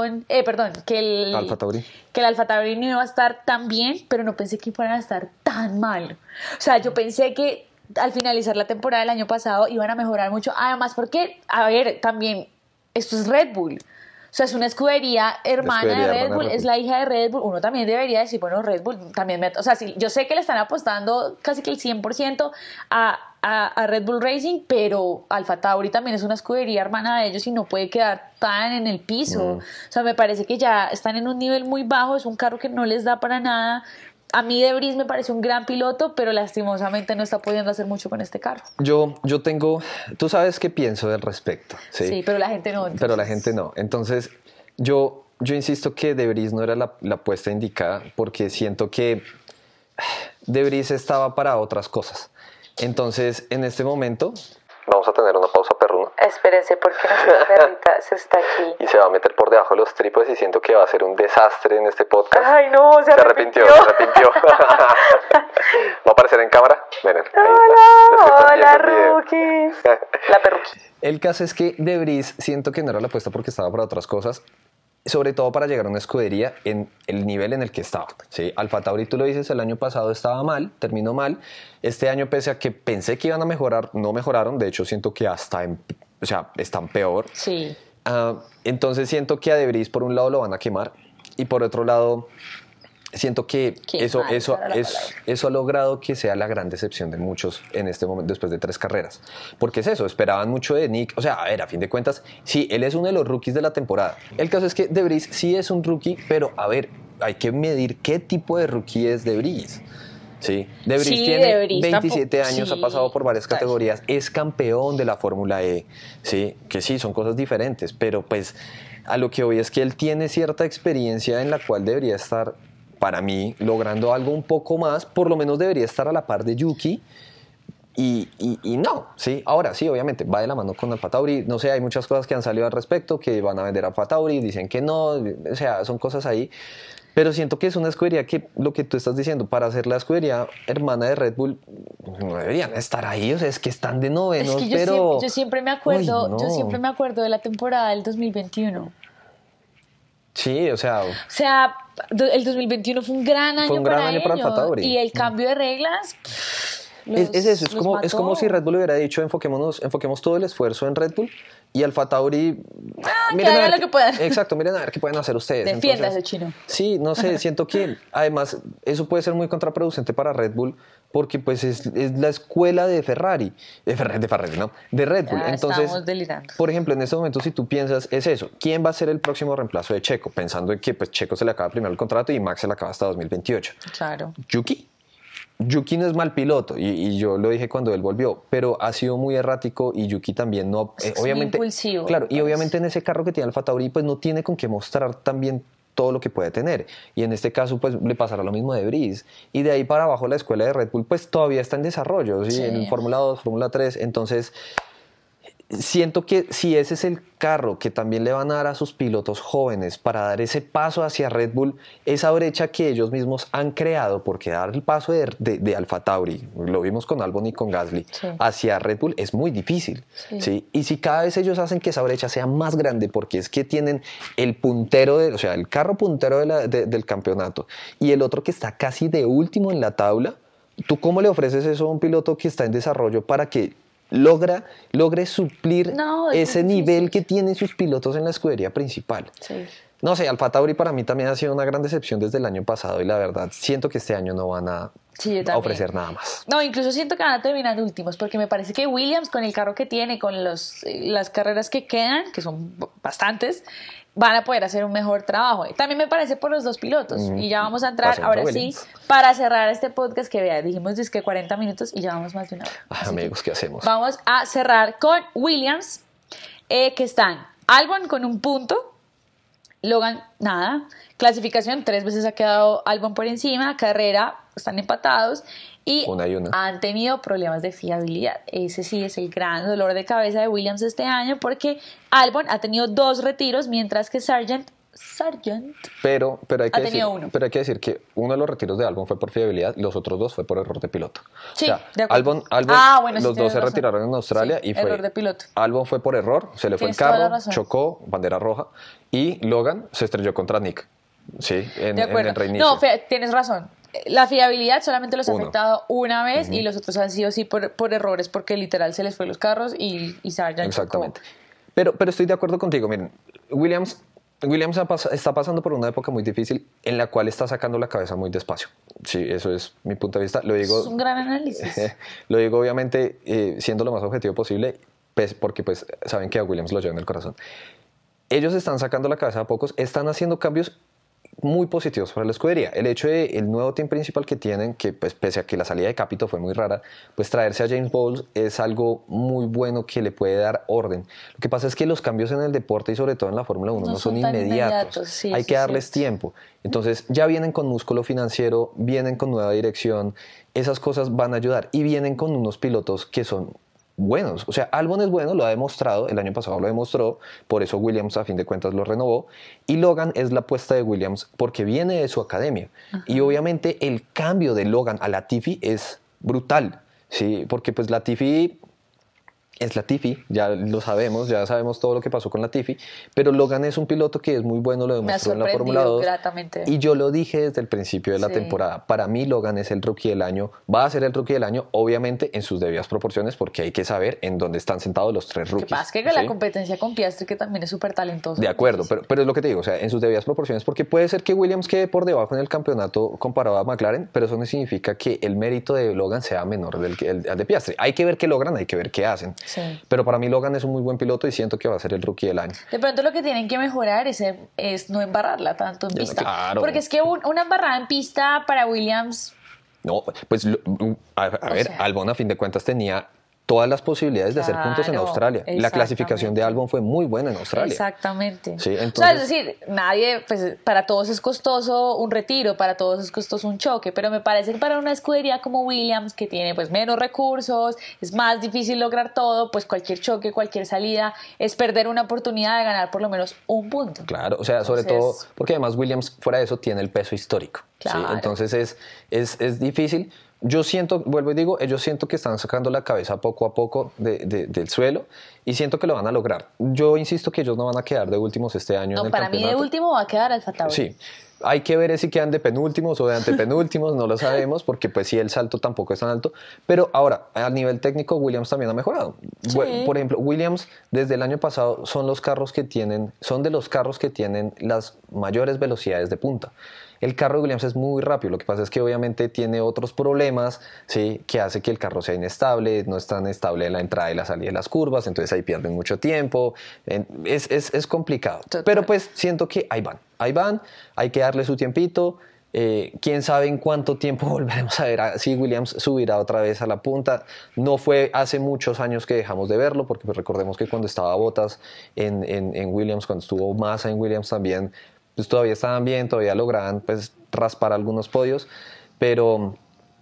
Alfa Tauri. que el Alfa Tauri no iba a estar tan bien, pero no pensé que fueran a estar tan mal. O sea, yo pensé que al finalizar la temporada del año pasado iban a mejorar mucho. Además, porque, a ver, también, esto es Red Bull. O sea, es una escudería hermana Escudería de Red hermana Bull, de Red es Bull. la hija de Red Bull. Uno también debería decir, bueno, Red Bull también o sea, sí, yo sé que le están apostando casi que el 100% a Red Bull Racing, pero Alfa Tauri también es una escudería hermana de ellos y no puede quedar tan en el piso. O sea, me parece que ya están en un nivel muy bajo, es un carro que no les da para nada. A mí De Vries me parece un gran piloto, pero lastimosamente no está pudiendo hacer mucho con este carro. Yo tengo, tú sabes qué pienso al respecto, ¿sí? Sí, pero la gente no. Pero la entonces. gente no. Entonces, yo insisto que De Vries no era la apuesta indicada porque siento que De Vries estaba para otras cosas. Entonces, en este momento, vamos a tener una pausa perruna Espérense, porque nuestra perrita se está aquí. y se va a meter por debajo de los trípodes y siento que va a ser un desastre en este podcast. Ay, no, se arrepintió. Se arrepintió. ¿Va a aparecer en cámara? Miren, ahí está. Los que están Hola, viendo el video. rookies. La perruqui. El caso es que De Vries siento que no era la apuesta porque estaba para otras cosas, sobre todo para llegar a una escudería en el nivel en el que estaba. ¿Sí? Alfa Tauri, tú lo dices, el año pasado estaba mal, terminó mal. Este año, pese a que pensé que iban a mejorar, no mejoraron. De hecho, siento que hasta están peor. Sí. Entonces siento que a De Vries por un lado lo van a quemar y por otro lado siento que Quemar, esa era la palabra. eso ha logrado que sea la gran decepción de muchos en este momento después de 3 carreras. Porque es eso, esperaban mucho de Nick. O sea, a ver, a fin de cuentas, sí, él es uno de los rookies de la temporada. El caso es que De Vries sí es un rookie, pero a ver, hay que medir qué tipo de rookie es De Vries. Sí, De Vries Sí, tiene De Vries 27 tampoco- años, sí, ha pasado por varias total. categorías, es campeón de la Fórmula E, ¿sí? Que sí, son cosas diferentes, pero pues a lo que voy es que él tiene cierta experiencia en la cual debería estar, para mí, logrando algo un poco más, por lo menos debería estar a la par de Yuki. Y no, sí, ahora sí, obviamente, va de la mano con Alfa Tauri. No sé, hay muchas cosas que han salido al respecto, que van a vender a Alfa Tauri, dicen que no, o sea, son cosas ahí. Pero siento que es una escudería que, lo que tú estás diciendo, para ser la escudería hermana de Red Bull, no deberían estar ahí, o sea, es que están de novenos, Es que pero... yo siempre me acuerdo, Uy, no. yo siempre me acuerdo de la temporada del 2021. Sí, o sea, O sea, el 2021 fue un gran año, Fue un gran para año para ellos. Alfa Tauri. Y el cambio de reglas. es eso, es como mató. si Red Bull hubiera dicho, enfoquemos todo el esfuerzo en Red Bull, y Alfa Tauri... que hagan lo que puedan. Exacto, miren a ver qué pueden hacer ustedes. Defiéndase, Entonces, chino. Sí, no sé, siento que además eso puede ser muy contraproducente para Red Bull porque pues es la escuela de Ferrari, de Ferrari, ¿no? De Red Bull. Ya Entonces, estamos delirando. por ejemplo, en este momento, si tú piensas, es eso, ¿quién va a ser el próximo reemplazo de Checo? Pensando en que pues Checo se le acaba primero el contrato y Max se le acaba hasta 2028. Claro. Yuki no es mal piloto y yo lo dije cuando él volvió, pero ha sido muy errático y Yuki también no, Es obviamente, muy impulsivo. claro, y pues. obviamente en ese carro que tiene Alfa Tauri pues no tiene con qué mostrar también todo lo que puede tener, y en este caso pues le pasará lo mismo de Brice, y de ahí para abajo la escuela de Red Bull pues todavía está en desarrollo, ¿sí? Sí. En Fórmula 2, Fórmula 3, entonces siento que si ese es el carro que también le van a dar a sus pilotos jóvenes para dar ese paso hacia Red Bull, esa brecha que ellos mismos han creado, porque dar el paso de Alfa Tauri, lo vimos con Albon y con Gasly, Sí. hacia Red Bull es muy difícil. Sí. ¿Sí? Y si cada vez ellos hacen que esa brecha sea más grande, porque es que tienen el puntero, o sea, el carro puntero del campeonato y el otro que está casi de último en la tabla, ¿tú cómo le ofreces eso a un piloto que está en desarrollo para que logre suplir No, es ese muy nivel difícil. que tienen sus pilotos en la escudería principal? Sí. No sé, Alfa Tauri para mí también ha sido una gran decepción desde el año pasado y la verdad siento que este año no van a Sí, yo también. ofrecer nada más. No, incluso siento que van a terminar últimos, porque me parece que Williams, con el carro que tiene, con las carreras que quedan, que son bastantes, van a poder hacer un mejor trabajo. También me parece por los dos pilotos. Y ya vamos a entrar, Pasemos ahora a sí, Williams. para cerrar este podcast, que vea, dijimos que 40 minutos y ya vamos más de una hora. Ay, Así que amigos, ¿qué hacemos? vamos a cerrar con Williams, que están Albon con un punto, Logan nada, clasificación 3 veces ha quedado Albon por encima, carrera están empatados y Una y una. han tenido problemas de fiabilidad. Ese sí es el gran dolor de cabeza de Williams este año, porque Albon ha tenido 2 retiros, mientras que Sargent Pero hay, Ha que tenido decir, uno. pero hay que decir que uno de los retiros de Albon fue por fiabilidad, los otros 2 fue por error de piloto. Sí, o sea, de acuerdo. Albon Bueno, sí, los 2 tienes se razón. retiraron en Australia Sí, y fue error de piloto. Albon fue por error, se le fue el Tienes toda la carro, razón. chocó, bandera roja, y Logan se estrelló contra Nick. Sí, en De acuerdo. el reinicio. No, tienes razón. La fiabilidad solamente los ha Uno. afectado una vez y los otros han sido sí por errores, porque literal se les fue los carros y Sargent Exactamente. chocó. Pero estoy de acuerdo contigo. Miren, Williams está pasando por una época muy difícil en la cual está sacando la cabeza muy despacio. Sí, eso es mi punto de vista. Lo digo, Es un gran análisis. lo digo obviamente siendo lo más objetivo posible, porque pues saben que a Williams lo lleva en el corazón. Ellos están sacando la cabeza a pocos, están haciendo cambios muy positivos para la escudería. El hecho de el nuevo team principal que tienen, que pues pese a que la salida de Capito fue muy rara, pues traerse a James Bowles es algo muy bueno que le puede dar orden. Lo que pasa es que los cambios en el deporte y sobre todo en la Fórmula 1 No no son son tan inmediatos. inmediatos, sí, Hay eso que es darles cierto. tiempo. Entonces ya vienen con músculo financiero, vienen con nueva dirección, esas cosas van a ayudar y vienen con unos pilotos que son buenos. O sea, Albon es bueno, lo ha demostrado, el año pasado lo demostró, por eso Williams a fin de cuentas lo renovó, y Logan es la apuesta de Williams porque viene de su academia. Y obviamente el cambio de Logan a Latifi es brutal, ¿sí? Porque pues Latifi es Latifi, ya lo sabemos, ya sabemos todo lo que pasó con Latifi, pero Logan es un piloto que es muy bueno, lo Me ha demostró en la Fórmula sorprendido 2. gratamente. Y yo lo dije desde el principio de la Sí. temporada, para mí Logan es el rookie del año, va a ser el rookie del año, obviamente en sus debidas proporciones, porque hay que saber en dónde están sentados los 3 Lo que rookies. pasa es que ¿sí? la competencia con Piastri, que también es súper talentoso. De acuerdo, Entonces, pero es lo que te digo, o sea, en sus debidas proporciones, porque puede ser que Williams quede por debajo en el campeonato comparado a McLaren, pero eso no significa que el mérito de Logan sea menor del que el de Piastri. Hay que ver qué logran, hay que ver qué hacen. Sí. Pero para mí Logan es un muy buen piloto y siento que va a ser el rookie del año. De pronto lo que tienen que mejorar es no embarrarla tanto en Ya, pista. claro. Porque es que una embarrada en pista para Williams, No, pues a ver, sea. Albon a fin de cuentas tenía todas las posibilidades de hacer puntos en Claro, Australia. La clasificación de exactamente. Albon fue muy buena en Australia. exactamente. Sí, O sea, entonces- es decir, nadie, pues para todos es costoso un retiro, para todos es costoso un choque, pero me parece que para una escudería como Williams, que tiene pues menos recursos, es más difícil lograr todo, pues cualquier choque, cualquier salida, es perder una oportunidad de ganar por lo menos un punto. Claro, o sea, sobre Entonces- todo porque además Williams fuera de eso tiene el peso histórico. ¿sí? Claro. Entonces es difícil. Yo siento, vuelvo y digo, ellos siento que están sacando la cabeza poco a poco del suelo y siento que lo van a lograr. Yo insisto que ellos no van a quedar de últimos este año en No, el para mí de campeonato. último va a quedar Alfa Tauri. Sí, hay que ver si quedan de penúltimos o de antepenúltimos, no lo sabemos, porque pues sí, el salto tampoco es tan alto. Pero ahora, a nivel técnico, Williams también ha mejorado. Sí. Por ejemplo, Williams desde el año pasado son de los carros que tienen las mayores velocidades de punta. el carro de Williams es muy rápido. Lo que pasa es que obviamente tiene otros problemas, ¿sí? Que hace que el carro sea inestable, no es tan estable la entrada y la salida de las curvas, entonces ahí pierden mucho tiempo. Es complicado. Total. Pero pues siento que ahí van, hay que darle su tiempito. Quién sabe en cuánto tiempo volveremos a ver si Williams subirá otra vez a la punta. No fue hace muchos años que dejamos de verlo, porque pues recordemos que cuando estaba Bottas en Williams, cuando estuvo Massa en Williams también, pues todavía estaban bien, todavía lograban pues raspar algunos podios, pero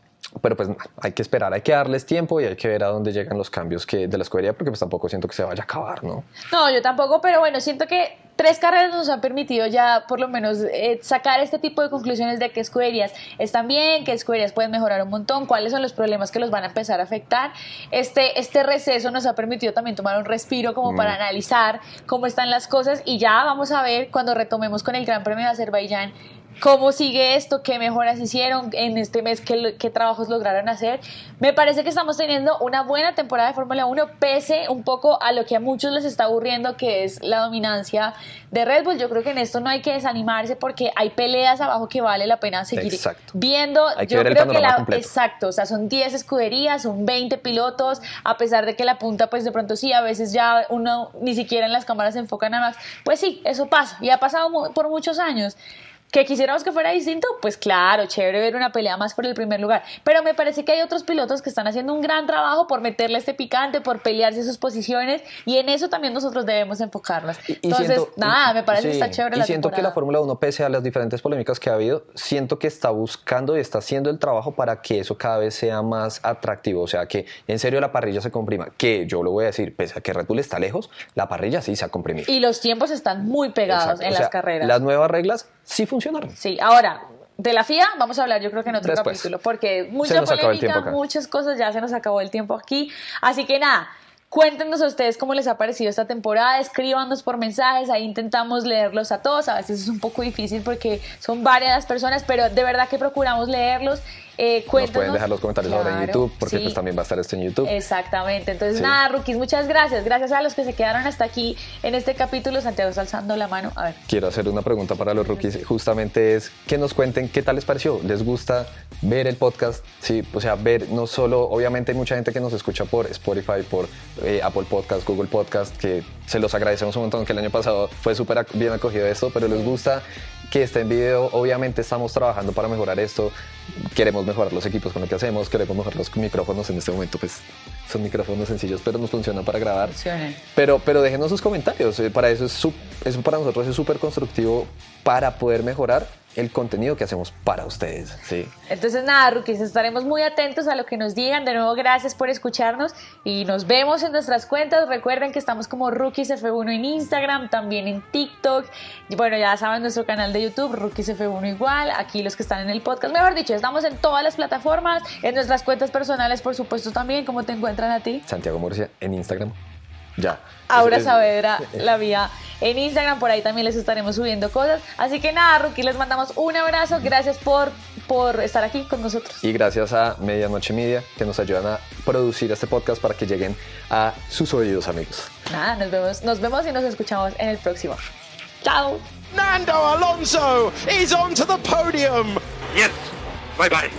pues hay que esperar, hay que darles tiempo y hay que ver a dónde llegan los cambios de la escudería, porque pues tampoco siento que se vaya a acabar, ¿no? No, yo tampoco, pero bueno, siento que 3 carreras nos han permitido ya por lo menos sacar este tipo de conclusiones de que escuderías están bien, que escuderías pueden mejorar un montón, cuáles son los problemas que los van a empezar a afectar. Este receso nos ha permitido también tomar un respiro como para analizar cómo están las cosas, y ya vamos a ver cuando retomemos con el Gran Premio de Azerbaiyán cómo sigue esto, qué mejoras hicieron en este mes, qué trabajos lograron hacer. Me parece que estamos teniendo una buena temporada de Fórmula 1, pese un poco a lo que a muchos les está aburriendo, que es la dominancia de Red Bull. Yo creo que en esto no hay que desanimarse, porque hay peleas abajo que vale la pena seguir viendo. Hay que yo ver el creo que panorama completo. exacto, o sea, son 10 escuderías, son 20 pilotos, a pesar de que la punta, pues de pronto sí, a veces ya uno ni siquiera en las cámaras se enfocan a Max. Pues sí, eso pasa, y ha pasado por muchos años. ¿Que quisiéramos que fuera distinto? Pues claro, chévere ver una pelea más por el primer lugar, pero me parece que hay otros pilotos que están haciendo un gran trabajo por meterle este picante, por pelearse sus posiciones, y en eso también nosotros debemos enfocarlas. Entonces, me parece que está chévere la temporada. Y siento que la Fórmula 1, pese a las diferentes polémicas que ha habido, siento que está buscando y está haciendo el trabajo para que eso cada vez sea más atractivo, o sea, que en serio la parrilla se comprima, que yo lo voy a decir, pese a que Red Bull está lejos, la parrilla sí se ha comprimido. Y los tiempos están muy pegados en las carreras. Las nuevas reglas sí funcionaron. Sí, ahora, de la FIA vamos a hablar yo creo que en otro Después. capítulo, porque mucha polémica, muchas cosas, ya se nos acabó el tiempo aquí, así que nada, cuéntenos a ustedes cómo les ha parecido esta temporada, escríbanos por mensajes, ahí intentamos leerlos a todos, a veces es un poco difícil porque son varias las personas, pero de verdad que procuramos leerlos. Nos pueden dejar los comentarios ahora en YouTube, porque pues también va a estar esto en YouTube. Exactamente, entonces nada, rookies, muchas gracias a los que se quedaron hasta aquí en este capítulo. Santiago está alzando la mano, a ver. Quiero hacer una pregunta para los rookies, justamente es que nos cuenten qué tal les pareció, ¿les gusta ver el podcast? Sí, o sea, ver no solo, obviamente hay mucha gente que nos escucha por Spotify, por Apple Podcast, Google Podcast, que se los agradecemos un montón, que el año pasado fue súper bien acogido esto, pero les gusta que esté en video. Obviamente estamos trabajando para mejorar esto, queremos mejorar los equipos con lo que hacemos, queremos mejorar los micrófonos. En este momento pues son micrófonos sencillos, pero nos funcionan para grabar. Pero déjenos sus comentarios, para eso para nosotros es súper constructivo para poder mejorar el contenido que hacemos para ustedes, ¿sí? Entonces nada, rookies, estaremos muy atentos a lo que nos digan. De nuevo, gracias por escucharnos y nos vemos en nuestras cuentas. Recuerden que estamos como Rookies F1 en Instagram, también en TikTok. Y bueno, ya saben, nuestro canal de YouTube, Rookies F1 igual. Aquí los que están en el podcast, mejor dicho, estamos en todas las plataformas, en nuestras cuentas personales, por supuesto, también. ¿Cómo te encuentran a ti? Santiago Murcia en Instagram. Ya. Aura Saavedra, la vía en Instagram, por ahí también les estaremos subiendo cosas. Así que nada, rookies, les mandamos un abrazo, gracias por estar aquí con nosotros. Y gracias a Medianoche Media, que nos ayudan a producir este podcast para que lleguen a sus oídos, amigos. Nada, nos vemos y nos escuchamos en el próximo. Chao. Nando Alonso is onto the podium. Yes. Bye bye.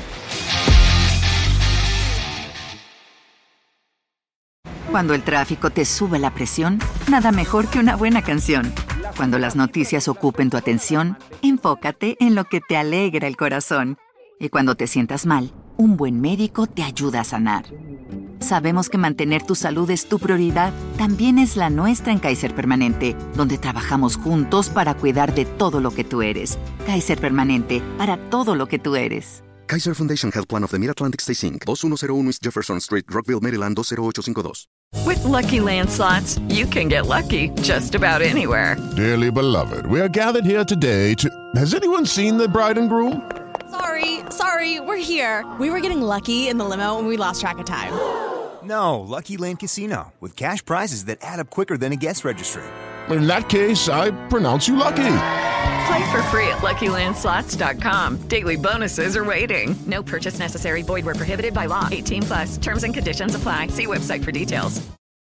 Cuando el tráfico te sube la presión, nada mejor que una buena canción. Cuando las noticias ocupen tu atención, enfócate en lo que te alegra el corazón. Y cuando te sientas mal, un buen médico te ayuda a sanar. Sabemos que mantener tu salud es tu prioridad, también es la nuestra en Kaiser Permanente, donde trabajamos juntos para cuidar de todo lo que tú eres. Kaiser Permanente, para todo lo que tú eres. Kaiser Foundation Health Plan of the Mid-Atlantic Stay Inc. 2101 East Jefferson Street, Rockville, Maryland 20852. With Lucky Land Slots, you can get lucky just about anywhere. Dearly beloved, we are gathered here today to... Has anyone seen the bride and groom? Sorry, we're here. We were getting lucky in the limo and we lost track of time. No, Lucky Land Casino, with cash prizes that add up quicker than a guest registry. In that case, I pronounce you lucky. Play for free at LuckyLandSlots.com. Daily bonuses are waiting. No purchase necessary. Void where prohibited by law. 18+. Terms and conditions apply. See website for details.